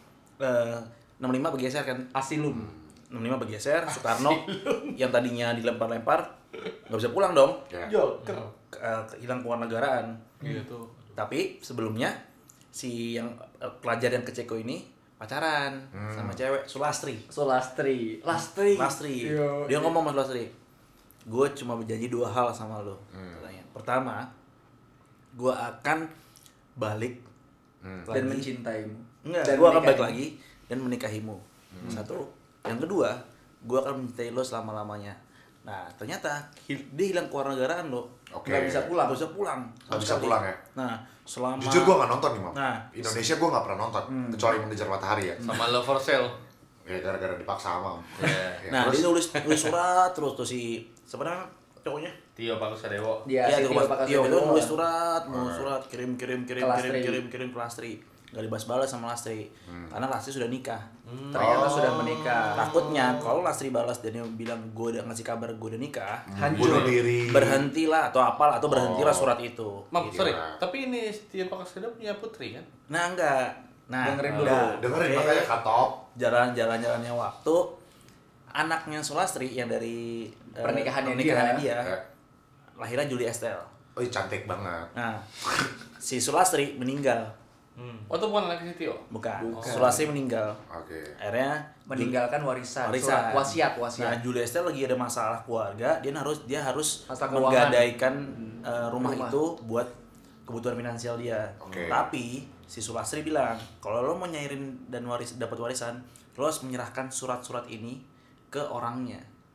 65 bergeser kan. Asilum. 65 bergeser, Soekarno yang tadinya dilempar-lempar nggak bisa pulang dong. Ya. Hilang kewarganegaraan. gitu. Tapi sebelumnya si yang pelajar yang ke Ceko ini pacaran sama cewek Sulastri. Lastri. Lastri. Yo. Dia ngomong sama Sulastri, gue cuma berjanji 2 hal sama lo. Katanya. Pertama, gue akan balik Dan mencintaimu. Enggak, Dan gue akan balik menikahimu. lagi dan menikahimu. Satu. Yang kedua, gue akan mencintai lo selama-lamanya. Nah, ternyata dia hilang kewarganegaraan lo. Oke. Nggak bisa pulang. Gak bisa pulang. Nggak bisa sekali. pulang ya? Nah, selama Jujur gue nggak nonton nih, Mam. Nah. Indonesia gue nggak pernah nonton. Kecuali Mengejar Matahari ya. Sama Love for Sale. Ya gara-gara dipaksa, Mam. Iya. Ya, Nah, terus? dia nulis surat terus tuh si sebenarnya cowoknya. Tio Pakusadewo. Dia Iya, si Tio Pakasdewo. Tio nulis surat, mau surat kirim Ke Lastri. ke Lastri. Gak dibalas-balas sama Lastri. Karena Lastri sudah nikah. Ternyata sudah menikah. Takutnya kalau Lastri balas dan dia bilang gue udah ngasih kabar gue udah nikah, Bunuh diri. berhentilah atau apalah atau berhentilah surat itu. Mam, Gitu. sorry. Tapi ini Tio Pakusadewo punya putri kan? Nah enggak. Nah, Dengerin dulu. udah. Dengerin Oke. makanya katop. Jalan-jalannya waktu anaknya Sulastri yang dari Pernikahannya dia Ya. lahirnya Julie Estelle. Oh, cantik banget. Nah, si Sulastri meninggal. Oh, itu bukan anaknya si Tio? Bukan. Sulastri meninggal. Oke. Akhirnya Meninggalkan warisan. Warisan. Surat wasiat. Nah, Julie Estelle lagi ada masalah keluarga, dia harus Masalah keuangan. menggadaikan rumah Rumah. itu buat kebutuhan finansial dia. Oke. Tapi si Sulastri bilang, kalau lo mau nyairin dan dapat warisan, lo harus menyerahkan surat-surat ini ke orangnya.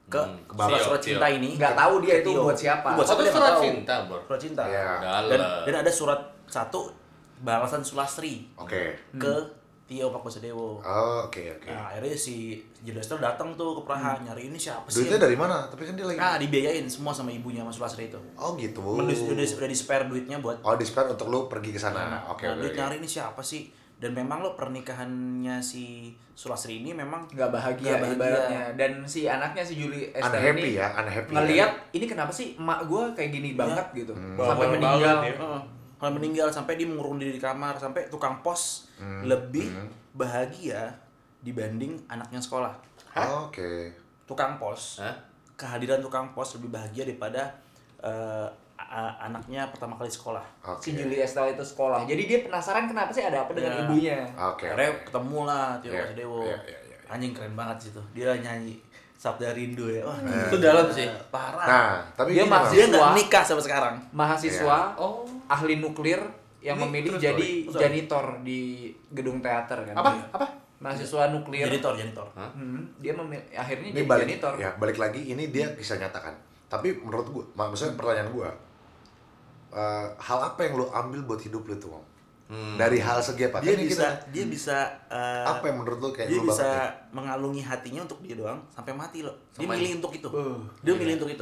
ke balas surat cinta Tio. ini. Nggak tahu dia ke itu Tio. buat siapa. Buat siapa Oh, dia itu nggak surat tahu. cinta, Bro. Surat cinta. Iya. Dan ada surat satu balasan Sulastri Oke. ke Tio Pakusadewo. Oh, oke. Nah, akhirnya si Julia Estelle datang tuh ke Praha nyari ini siapa sih? Duitnya dari mana? Tapi kan dia lagi. Dibiayain semua sama ibunya sama Sulastri itu. Oh gitu. Udah di spare duitnya buat Oh, di-spare untuk lu pergi ke sana. Oke. duit nyari ini siapa sih? Dan memang lo pernikahannya si Sulastri ini memang nggak bahagia, nggak ibaratnya. Dan si anaknya si Julie Estelle Unhappy ini ya, unhappy. ngelihat ini kenapa sih emak gue kayak gini banget gitu sampai Bawa meninggal. banget, ya. Kalau meninggal sampai dia mengurung diri di kamar, sampai tukang pos lebih bahagia dibanding anaknya sekolah. Oke. Tukang pos, Hah? kehadiran tukang pos lebih bahagia daripada anaknya pertama kali sekolah. Si Oke. Julie Estelle itu sekolah. Jadi dia penasaran kenapa sih ada apa dengan Iya. ibunya. Oke. Akhirnya ketemu lah Tio Iya, Pakusadewo. iya. Anjing keren banget sih tuh. Dia nyanyi Sabda Rindu ya. Wah, Itu dalam sih. parah. Nah, tapi Dia gini, masih- dia nggak siswa. nikah sampai sekarang. Mahasiswa Oh. ahli nuklir yang Ini memilih true jadi story. janitor di gedung teater kan. Apa? Mahasiswa nuklir. Janitor. Dia akhirnya ini jadi balik janitor. ya, balik lagi ini dia bisa nyatakan. Tapi menurut gua, maksudnya pertanyaan gua, hal apa yang lu ambil buat hidup lu tuh, Om? Dari hal segi apa? Dia Kan ini dia bisa apa yang menurut lu kayak dia lu bisa banget ya? mengalungi hatinya untuk dia doang sampai mati loh. Dia Sama milih untuk itu. Dia milih untuk itu.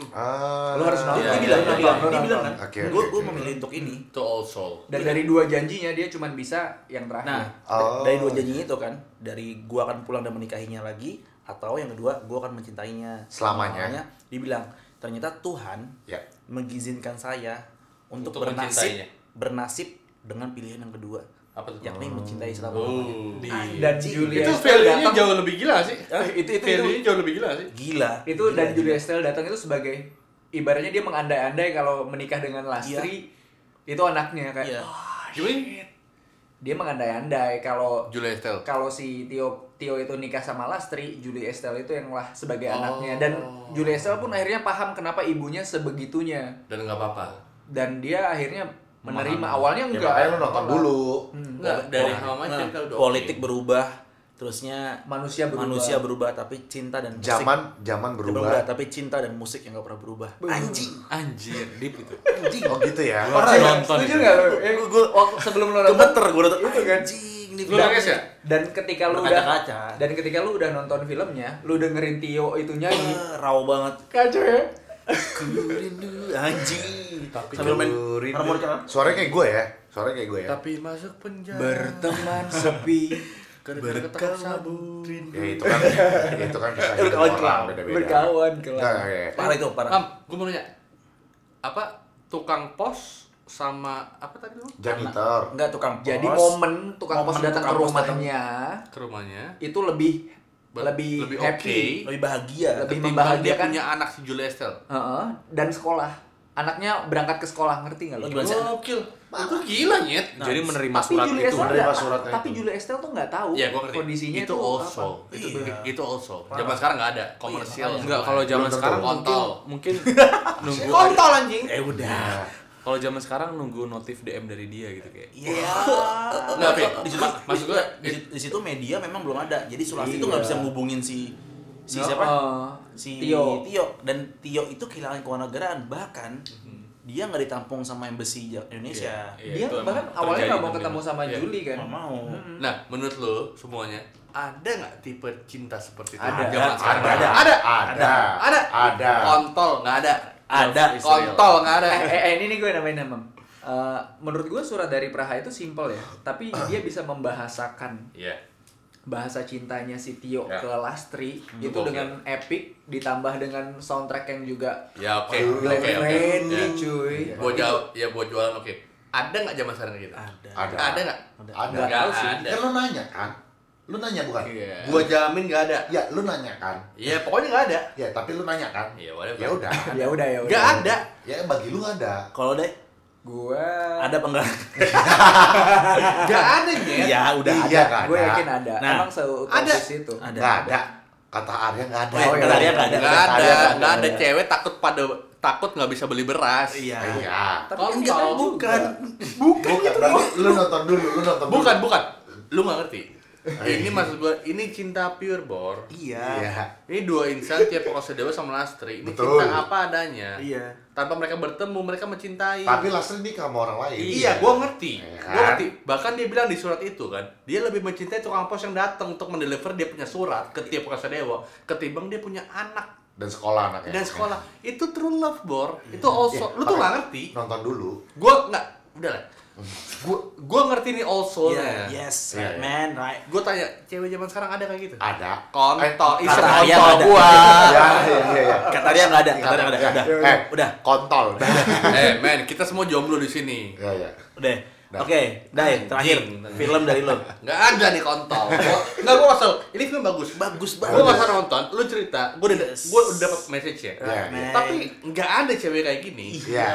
Lu harus nonton. Dia Iya, bilang, iya, dia bilang kan, Oke, gue oke. memilih untuk ini. To all soul. Dan dari 2 janjinya dia cuma bisa yang terakhir. Nah, Oh. dari 2 janji itu kan, dari gua akan pulang dan menikahinya lagi, atau yang kedua, gua akan mencintainya Selamanya. Dibilang, ternyata Tuhan Ya. mengizinkan saya untuk Untuk mencintainya. bernasib dengan pilihan yang kedua, Apa tuh? yakni mencintai selama-lamanya. Dan Julie Itu Estelle value-nya datang. jauh lebih gila sih. Itu Value-nya jauh lebih gila sih. Gila. Itu dan Julie Estelle datang itu sebagai ibaratnya dia mengandai-andai kalau menikah dengan Lastri itu anaknya kayak Iya. Gimana? dia mengandai-andai kalau Julia Estelle. kalau si Tio itu nikah sama Lastri, Julie Estelle itu yang lah sebagai anaknya. Dan Julie Estelle pun akhirnya paham kenapa ibunya sebegitunya. Dan nggak apa-apa. Dan dia akhirnya menerima. Awalnya Ya enggak. makanya lu nonton dulu. Enggak, dari How I Met Your Mother udah Politik oke. berubah, terusnya Manusia berubah. tapi cinta dan musik Zaman berubah. tapi cinta dan musik yang gak pernah berubah. Anjing. Anjir, deep itu. Oh gitu ya. Orang nonton setuju itu. nggak lu? Waktu sebelum lu nonton Gemeter gue nonton itu kan. anjing nih. Lu nangis ya? Dan ketika lu Berkaca-kaca. ketika lu udah nonton filmnya, lu dengerin Tio itu nyanyi. Raw banget. Kacau ya. Ku rindu anjing. Tapi Sambil main rindu. harmonika. Suaranya kayak gue ya. Suaranya kayak gue ya. Tapi masuk penjara. Berteman sepi. Berkau sabun. Ya itu kan bisa hidup Berkawan orang kelam. beda-beda. Berkawan Enggak, kelam. ya. Parah itu, parah. Gue mau nanya. Apa tukang pos sama apa tadi lu? Janitor. Enggak tukang pos. Jadi momen tukang pos Momen datang ke tukang pos rumahnya Ke rumahnya. itu lebih Lebih happy. lebih bahagia. Lebih Ketimbang dia membahagiakan. punya anak si Julia Estelle. Heeh, dan sekolah. Anaknya berangkat ke sekolah, ngerti nggak lu? Oh, gimana sih? Gokil. Itu gila nyet. Jadi menerima Tapi surat Julie itu. Estelle menerima nggak- suratnya tapi itu. Julie Estelle tuh nggak tahu Iya, gua ngerti. kondisinya itu apa. also. Itu also. Zaman sekarang nggak ada komersial. Enggak, kalau zaman Belum sekarang tentu. mungkin nunggu kontol anjing. Udah. kalau zaman sekarang nunggu notif DM dari dia gitu kayak. Iya. Enggak, Fit. Di situ Maksud gua di situ media memang belum ada. Jadi Sulastri itu Iya. nggak bisa ngubungin si siapa? Si Tio. Dan Tio itu kehilangan kewarganegaraan, bahkan dia nggak ditampung sama embassy Indonesia. Dia itu bahkan emang awalnya terjadi nggak mau memang. ketemu sama Iya. Julie kan. Nggak mau. Nah, menurut lo semuanya ada nggak tipe cinta seperti itu? Ada. Zaman sekarang Ada. Ada. Ada. Kontol nggak ada. Ada. Kontol nggak ada. Ini nih gue namain nama. Menurut gue Surat dari Praha itu simple ya, tapi dia bisa membahasakan Iya. bahasa cintanya si Tio Ya. ke Lastri itu Oke. dengan epic ditambah dengan soundtrack yang juga Ya oke. Glenn Oke. Fredly Ya. cuy. Buat jualan oke. Ada nggak zaman sekarang gitu? Ada. Ada nggak? Ada. Nggak tahu sih. ada. Kan lu nanya kan? Lu nanya bukan? Iya. Gua jamin nggak ada. Ya, lu nanya kan? Iya, pokoknya nggak ada. Ya, tapi lu nanya kan? Iya, whatever. Ya udah. Ya udah. Nggak ada. Ya bagi lu nggak ada. Kalau deh Gua ada apa enggak? Nggak ada nyet. Ya udah Iya, ada. nggak gue ada. yakin ada. Nah, Emang seutosis itu. Ada. Nggak ada. Kata Arya nggak ada. Oh, kata Arya nggak ada. Nggak Kata ada. Arya Nggak ada cewek takut nggak bisa beli beras. Iya. Iya. Tapi Kontol. kan nggak tahu Bukan. juga. Bukan, berarti lu nonton dulu, lu nonton dulu. Bukan. Lu nggak ngerti. Ini maksud gua, ini cinta pure, Bor. Iya. Ini dua insan tiap Dewa sama Lastri. Ini Betul. cinta apa adanya. Iya. Tanpa mereka bertemu, mereka mencintai. Tapi Lastri nikah sama orang lain. Iya, gua ngerti. Iya Gua kan? ngerti. Bahkan dia bilang di surat itu kan, dia lebih mencintai tukang pos yang datang untuk mendeliver dia punya surat ke tiap Dewa ketimbang dia punya anak Dan sekolah anaknya. dan sekolah. Itu true love, Bor. Itu also. Lu tuh nggak ngerti. Nonton dulu. Gua nggak, udah lah. Gua ngerti nih also Iya, nya. yes, Iya, iya. man, right. Gue tanya, cewek zaman sekarang ada kayak gitu? Ada. Kontol, isi kata kontol Arya nggak ada. gua. Iya. Kata dia nggak ada, kata dia nggak ada. Udah, Kontol. Men, kita semua jomblo di sini. Iya. udah. Oke, Dai, terakhir film dari lo. Nggak ada nih kontol. Nggak, gue asal. Ini film bagus. Bagus Gue nggak usah nonton. Lu cerita. Gue udah dapat message ya. Iya. Tapi nggak ada cewek kayak gini. Iya.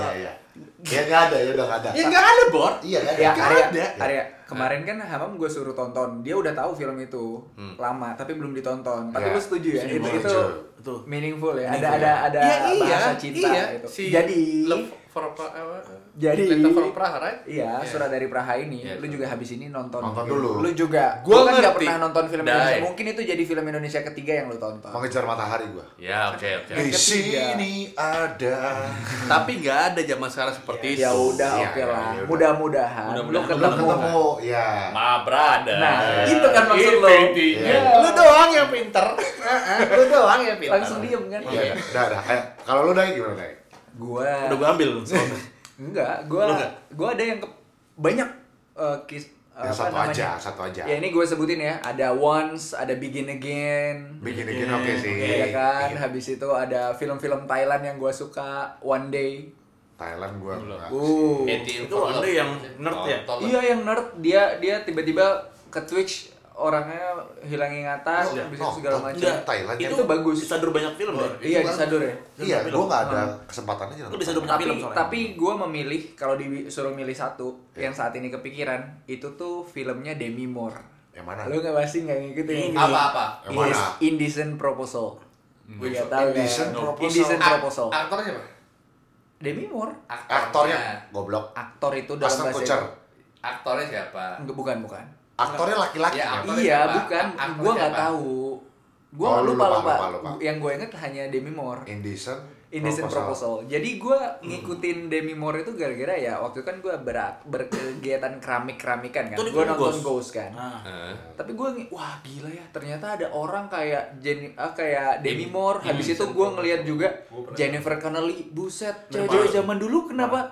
Ya nggak ada, ya udah nggak ada. Ya nggak ada, Bor. Iya kan? Ya, Nggak Arya, ada. Arya, kemarin kan Hamam gue suruh tonton. Dia udah tahu film itu lama, tapi belum ditonton. Tapi Ya, lu setuju ya? Itu setuju. meaningful ya. Meaningful. Ada Iya, bahasa cinta iya. itu. Si Jadi Love for Jadi Letter from Praha, right? Iya, Iya. Surat dari Praha ini, Iya, lu juga habis ini nonton. Nonton dulu. Lu juga. Gua Lu kan nggak ngerti. pernah nonton film Dai. Indonesia. Mungkin itu jadi film Indonesia ketiga yang lu tonton. Mengejar matahari gua. Ya, oke. Di sini ada. Tapi nggak ada zaman sekarang seperti itu. Ya udah, Iya, oke iya, lah. iya, udah. Mudah-mudahan lu Mudah-mudahan. ketemu. Ketemu, ya. Ma brother. Nah, itu kan maksud lu. Intinya. Lu doang yang pinter. Lu doang yang pinter. Langsung diem kan? Iya, udah. Ayo, kalau lu Dai gimana, Dai? Gua Udah gue ambil. enggak, Lu enggak? gua ada yang banyak Yang satu aja. Ya ini gue sebutin ya, ada Once, ada Begin Again. Bikin oke sih. Ya kan, Bikin. habis itu ada film-film Thailand yang gue suka, One Day. Thailand gua. enggak Itu Anda yang nerd ya? Iya yang nerd, dia tiba-tiba ke Twitch, orangnya hilang ingatan, habis itu segala macam. Enggak, Thailand Itu ya. bagus. Disadur banyak film ya? Iya disadur ya. Iya, gua enggak ada kesempatan aja. Lu disadur banyak film soalnya. Tapi gue memilih, kalau disuruh milih satu yang saat ini kepikiran, itu tuh filmnya Demi Moore. Yang mana? Lu nggak pasti nggak ngikutin. Apa-apa? Yang mana? Indecent Proposal. Gue nggak tahu kan. Indecent Proposal. Indecent Proposal. Aktornya siapa? Demi Moore. Aktornya goblok. Aktor itu dalam Ashton bahasa Kutcher. Aktornya siapa? Enggak, bukan. Aktornya laki-laki. Ya, kan? aktornya Iya, siapa? bukan. Aktornya Gue nggak siapa? tahu. Gue Oh, lu lupa. lupa. Yang gue inget hanya Demi Moore. Indecent Proposal. Jadi gue ngikutin Demi Moore itu gara-gara ya waktu itu kan gue berkegiatan keramik-keramikan kan. Itu di Gue nonton Ghost. Ghost kan. Tapi gue wah gila ya, ternyata ada orang kayak kayak Demi Moore. Habis itu gue ngeliat juga Jennifer Connelly. Buset, cewek-cewek zaman dulu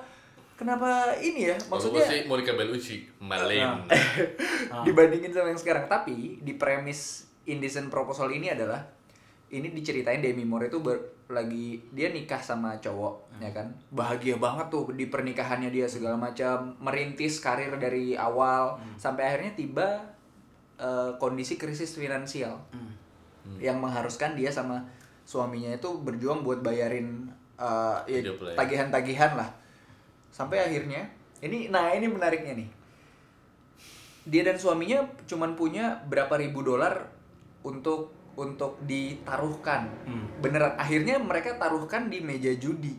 kenapa ini ya? Maksudnya Maksudnya sih Monica Bellucci, Malin. dibandingin sama yang sekarang. Tapi di premis Indecent Proposal ini adalah ini diceritain Demi Moore itu lagi dia nikah sama cowok, ya kan, bahagia banget tuh di pernikahannya, dia segala macam merintis karir dari awal sampai akhirnya tiba kondisi krisis finansial yang mengharuskan dia sama suaminya itu berjuang buat bayarin ya, Hidup lah ya. tagihan-tagihan lah, sampai akhirnya ini menariknya nih, dia dan suaminya cuman punya berapa ribu dolar untuk ditaruhkan. Beneran akhirnya mereka taruhkan di meja judi.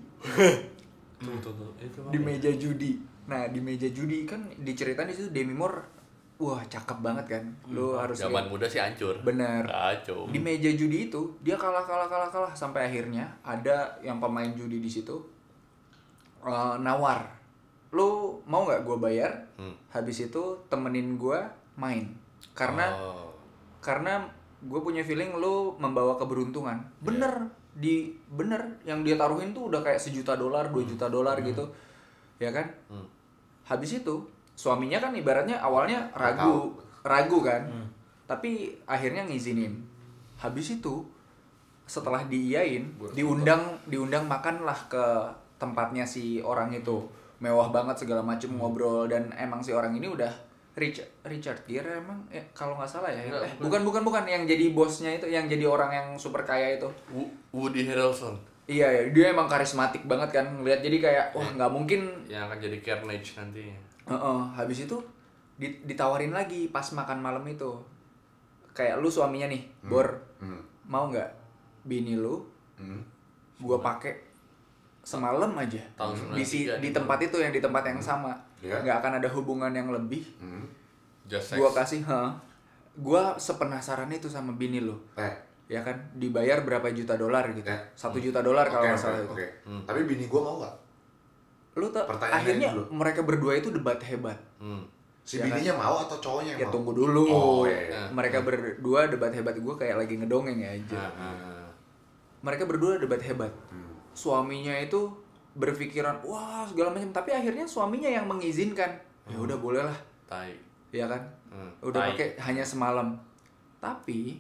Di meja judi. Nah, di meja judi kan diceritain di situ Demi Moore, wah cakep banget kan. Lu harus Zaman muda sih hancur. Bener. Kacau. Di meja judi itu dia kalah sampai akhirnya ada yang pemain judi di situ nawar, lu mau nggak gue bayar? Habis itu temenin gue main karena gue punya feeling lu membawa keberuntungan. Bener yang dia taruhin tuh udah kayak $1 juta, $2 juta gitu, ya kan? Habis itu suaminya kan ibaratnya awalnya ragu kan, tapi akhirnya ngizinin. Habis itu setelah diiyain, diundang makan lah ke tempatnya si orang itu, mewah banget segala macem, ngobrol, dan emang si orang ini udah Richard Gere emang kalau nggak salah ya. Bukan yang jadi bosnya itu, yang jadi orang yang super kaya itu. Woody Harrelson Iya, dia emang karismatik banget kan ngeliat, jadi kayak wah nggak mungkin. yang akan jadi Carnage nantinya. Habis itu ditawarin lagi pas makan malam itu, kayak lu suaminya nih, Bor, mau nggak bini lu gua pakai semalam aja Tahun di tempat itu, yang di tempat yang sama, nggak akan ada hubungan yang lebih. Just sex. Gua kasih Gua sepenasaran itu sama bini lo. Ya kan, dibayar berapa juta dolar gitu. $1 juta kalau nggak salah itu. Tapi bini gue mau nggak? Lu tau, Pertanyaannya akhirnya dulu. mereka berdua itu debat hebat. Si Ya bininya mau atau cowoknya Ya yang mau? tunggu dulu. Oh, iya. Mereka berdua debat hebat, gue kayak lagi ngedongeng aja. Mereka berdua debat hebat. Suaminya itu berpikiran wah segala macam, tapi akhirnya suaminya yang mengizinkan. Ya udah boleh lah. Tai. Ya kan? Udah Tai. pakai hanya semalam. Tapi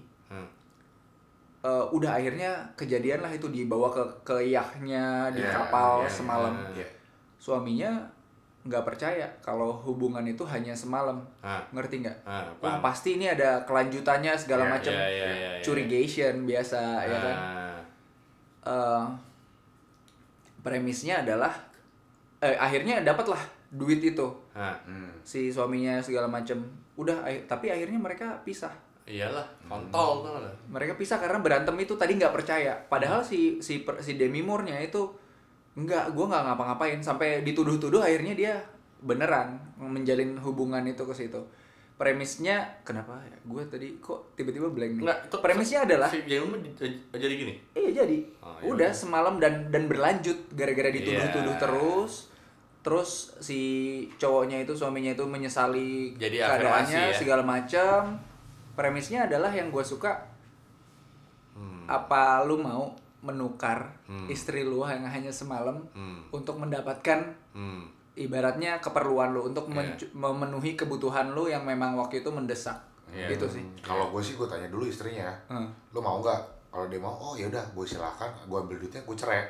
udah akhirnya kejadian lah itu dibawa ke yachnya di kapal semalam. Suaminya nggak percaya kalau hubungan itu hanya semalam. Ngerti nggak? Paham. Pasti ini ada kelanjutannya segala macam. iya. Curigation biasa ya kan. Premisnya adalah akhirnya dapatlah duit itu. Si suaminya segala macam. Udah tapi akhirnya mereka pisah. Iyalah, kontol tuh. Mereka pisah karena berantem itu tadi nggak percaya. Padahal si Demi Moore-nya itu gue nggak ngapa-ngapain sampai dituduh-tuduh akhirnya dia beneran menjalin hubungan itu ke situ. Premisnya kenapa ya? Gue tadi kok tiba-tiba blank nih. Enggak, itu premisnya adalah si James jadi gini. iya jadi. Ya Udah semalam dan berlanjut gara-gara dituduh-tuduh terus si cowoknya itu suaminya itu menyesali Jadi keadaannya afirmasi ya. segala macam. Premisnya adalah yang gue suka. Apa lu mau menukar istri lu yang hanya semalam untuk mendapatkan ibaratnya keperluan lu untuk memenuhi kebutuhan lu yang memang waktu itu mendesak. Gitu sih. Kalau gue sih gue tanya dulu istrinya, lu mau nggak? Kalau dia mau, oh ya udah, gue silakan, gue ambil duitnya, gue cerai.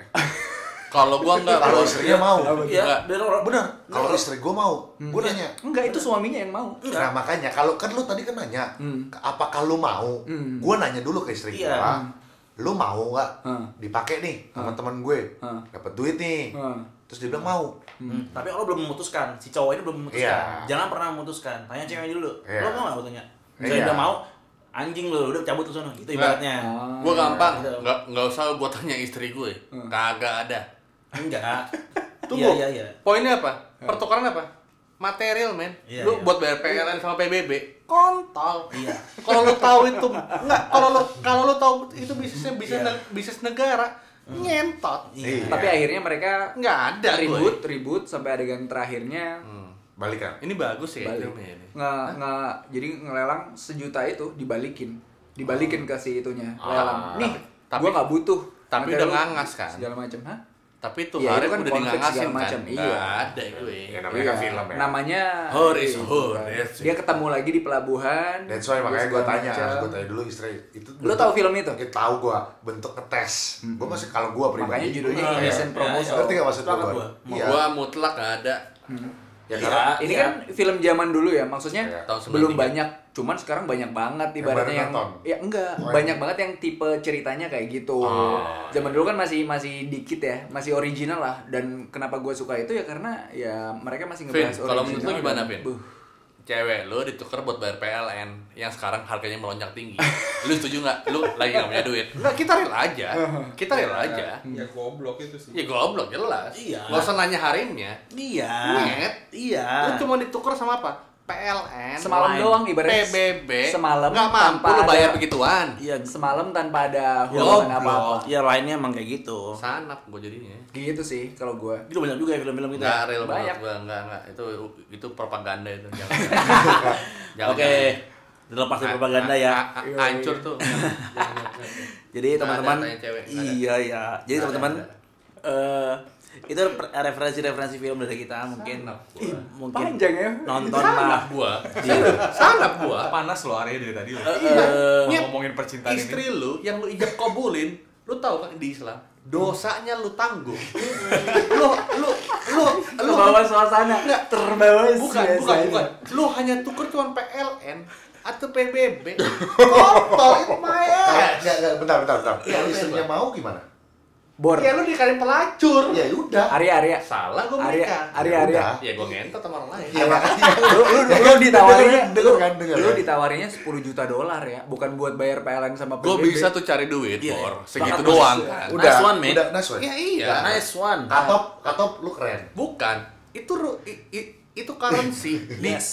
Kalau gua enggak, Kalau istrinya mau, Iya, benar. kalau istri gue mau, gue nanya. Enggak, itu suaminya yang mau. Nah makanya, kalau kan lu tadi kan nanya, apakah lu mau? Gue nanya dulu ke istri gue, lu mau nggak dipakai nih sama teman gue, dapat duit nih, terus dia bilang mau. Tapi lo belum memutuskan, si cowok ini belum memutuskan. Iya. Jangan pernah memutuskan. Tanya cewek dulu. Iya. Lo mau nggak tanya? Iya. Saya udah mau, anjing lo udah cabut ke sana. Itu ibaratnya. Gua gampang, Gitu. nggak usah gua tanya istri gue. Kagak ada. Enggak. Tunggu. Iya. Poinnya apa? Pertukaran apa? Material, men. Iya, Lu iya. buat bayar PLN sama PBB, kontol. Iya. Kalau lu tahu itu enggak, kalau lu tahu itu bisnis negara, nyentot. Iya. Tapi akhirnya mereka Nggak ada ribut sampai adegan terakhirnya Balikan. Ini bagus ya balik. filmnya ini. Jadi ngelelang 1 juta itu dibalikin ke si itunya lelang. Nih, tapi- gua nggak butuh. tapi Nanti udah lu ngangas kan? Segala macam, hah? Tapi itu Iya, hari itu kan udah konflik digangasin segala kan? macam, iya. Nggak ada gue. Ya namanya kan film ya. Namanya Horis, itu Horis. kan. Dia ketemu lagi di pelabuhan. That's why makanya gue segala tanya, macam. harus gue tanya dulu istri itu. Lu tahu film itu? Tahu gue, bentuk ngetes. Gue masih kalau gue pribadi. Makanya judulnya Iya. Innocent Proposal. Ngerti nggak maksud Sepakat gue? gua. Iya. Gua mutlak nggak ada. Ya karena Ini kan film zaman dulu ya, maksudnya Iya. Tahun 93. belum banyak, cuman sekarang banyak banget ibaratnya baru yang nonton. ya enggak, Oh, banyak banget yang tipe ceritanya kayak gitu. Zaman dulu kan masih dikit ya, masih original lah. Dan kenapa gue suka itu ya karena ya mereka masih Vin, ngebahas original. kalau menurut lu gimana, dan- Vin? Buh. Cewek lu ditukar buat bayar PLN yang sekarang harganya melonjak tinggi. Lu setuju nggak? Lu lagi nggak punya duit? Enggak, kita rela aja. Kita rela aja. Ya goblok itu sih. Ya goblok jelas. Iya. Nggak usah nanya harimnya. Iya. Nyet. Iya. Lu cuma ditukar sama apa? PLN. Semalam doang ibaratnya. PBB. Semalam nggak mampu tanpa lu bayar ada- begituan. Iya. Semalam tanpa ada Ya, hubungan goblok. apa-apa. Iya, lainnya emang kayak gitu. Sanap gua jadinya. Gitu sih kalau gue. Itu banyak juga ya film-film gitu. Nggak real Banyak. banget gua, enggak. Itu propaganda itu. Jangan. Jangan. Oke. Dilepas dari propaganda ya. Hancur tuh. Jadi Nggak teman-teman, ada tanya cewek, nggak ada. iya ya. Jadi Nggak teman-teman, ada. itu referensi-referensi film dari kita mungkin Panjang ya. nonton Sanap lah. gua. Sanap gua. Panas loh area dari tadi loh. Nyet, Ngomongin percintaan ini. istri lu yang lu ijab kabulin, lu tahu kan di Islam dosanya lu tanggung. lu Terbawa suasana. Terbawa bukan. Lu hanya tuker cuma PLN atau PBB. Kotor itu Maya. Enggak, bentar. Kalau istrinya mau gimana? Bor. Ya lu dikaliin pelacur. Ya udah. Arya. Salah gua Arya. menikah. Ya gua ngentot sama orang lain. Ya makanya Lu ditawarinya denger lu kan? ditawarinya $10 juta ya, bukan buat bayar PLN sama PBB. Gua bisa tuh cari duit, Iya. Bor. Segitu Banget, doang Mas. kan. Udah. Nice one, man. Udah nice one. Ya iya. Nice one. Katop lu keren. Bukan. Itu itu currency.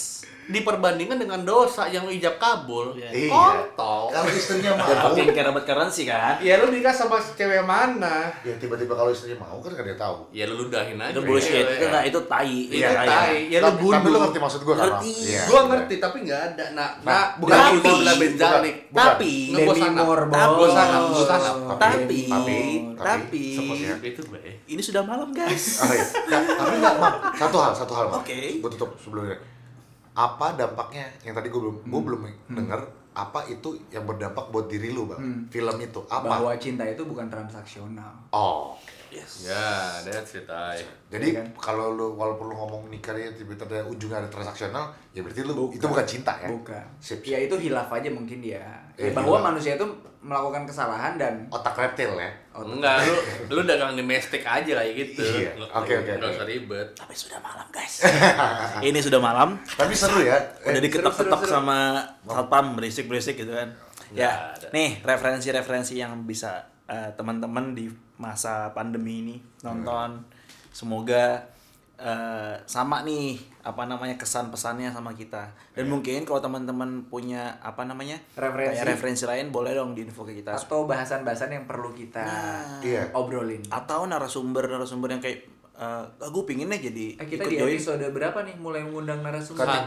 diperbandingkan dengan dosa yang ijab kabul. Iya. Kontol. Kalau istrinya Dan mau, pakai kerabat currency kan. Ya lu nikah sama cewek mana? ya tiba-tiba kalau istrinya mau kan dia tahu. Ya lu ludahin aja. Itu bullshit. Itu enggak, itu tai. Itu Iya, tai. Ya lu Tapi bunuh. lu ngerti maksud gue kan? Ngerti. Iya. Gua ngerti tapi nggak ada. Nah, bukan Demi tapi- Mola Benzanik. bukan. Tapi Ngebos Demi anak. Moore, Tapi- bos. Bos anak. tapi Sepertinya. Itu gue. ini sudah malam, guys. Oh iya. Nggak, tapi nggak, Mam. Satu hal, Mam. Oke. Gue tutup sebelumnya. Apa dampaknya? Yang tadi gue belum denger. Apa itu yang berdampak buat diri lu, Bang? Film itu apa? Bahwa cinta itu bukan transaksional. Oh. Yes. Ya, that's it. Ay. Jadi Iya kan? kalau lu walaupun lu ngomong nikahnya tiba-tiba ada ujungnya ada transaksional, ya berarti lu itu bukan cinta ya? Bukan. Sip. Ya itu hilaf aja mungkin dia. Ya, Bahwa hilaf. manusia itu melakukan kesalahan dan Otak reptil ya. Enggak, lu dagang domestik aja kayak gitu. Iya. Oke. Nggak usah ribet. Tapi sudah malam, guys. Ini sudah malam. Tapi seru ya. Udah diketok-ketok seru. sama satpam berisik-berisik gitu kan. Ya, Nggak ada. nih referensi-referensi yang bisa teman-teman di masa pandemi ini nonton. Semoga sama nih apa namanya kesan pesannya sama kita. Dan mungkin kalau teman-teman punya apa namanya Referensi. kayak referensi lain boleh dong diinfo ke kita. atau bahasan-bahasan yang perlu kita Iya. obrolin. Atau narasumber yang kayak gue pinginnya jadi Kita ikut di join episode berapa nih mulai mengundang narasumber? Kan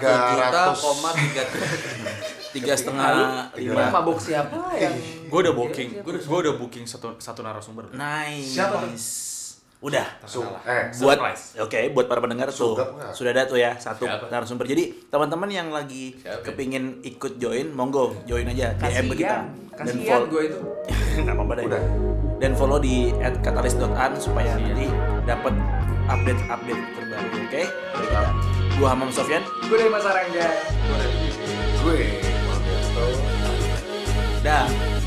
1,3. 3,5 Ini yang mabuk siapa yang Gue udah booking, gue udah booking satu narasumber. Nice. Siapa tuh? Udah. Buat Surprise. buat para pendengar tuh Sugap nggak? sudah ada tuh ya satu Siapa? narasumber. Jadi teman-teman yang lagi Siapa? kepingin ikut join, monggo join aja DM ke kita. Kasihan gue itu. Nggak apa-apa deh. Udah. Dan follow di @katalis.an supaya nanti dapat update terbaru. Oke? Gua Hamam Sofyan. Gue dari Mas Arangga. Gue Mardianto. Dah.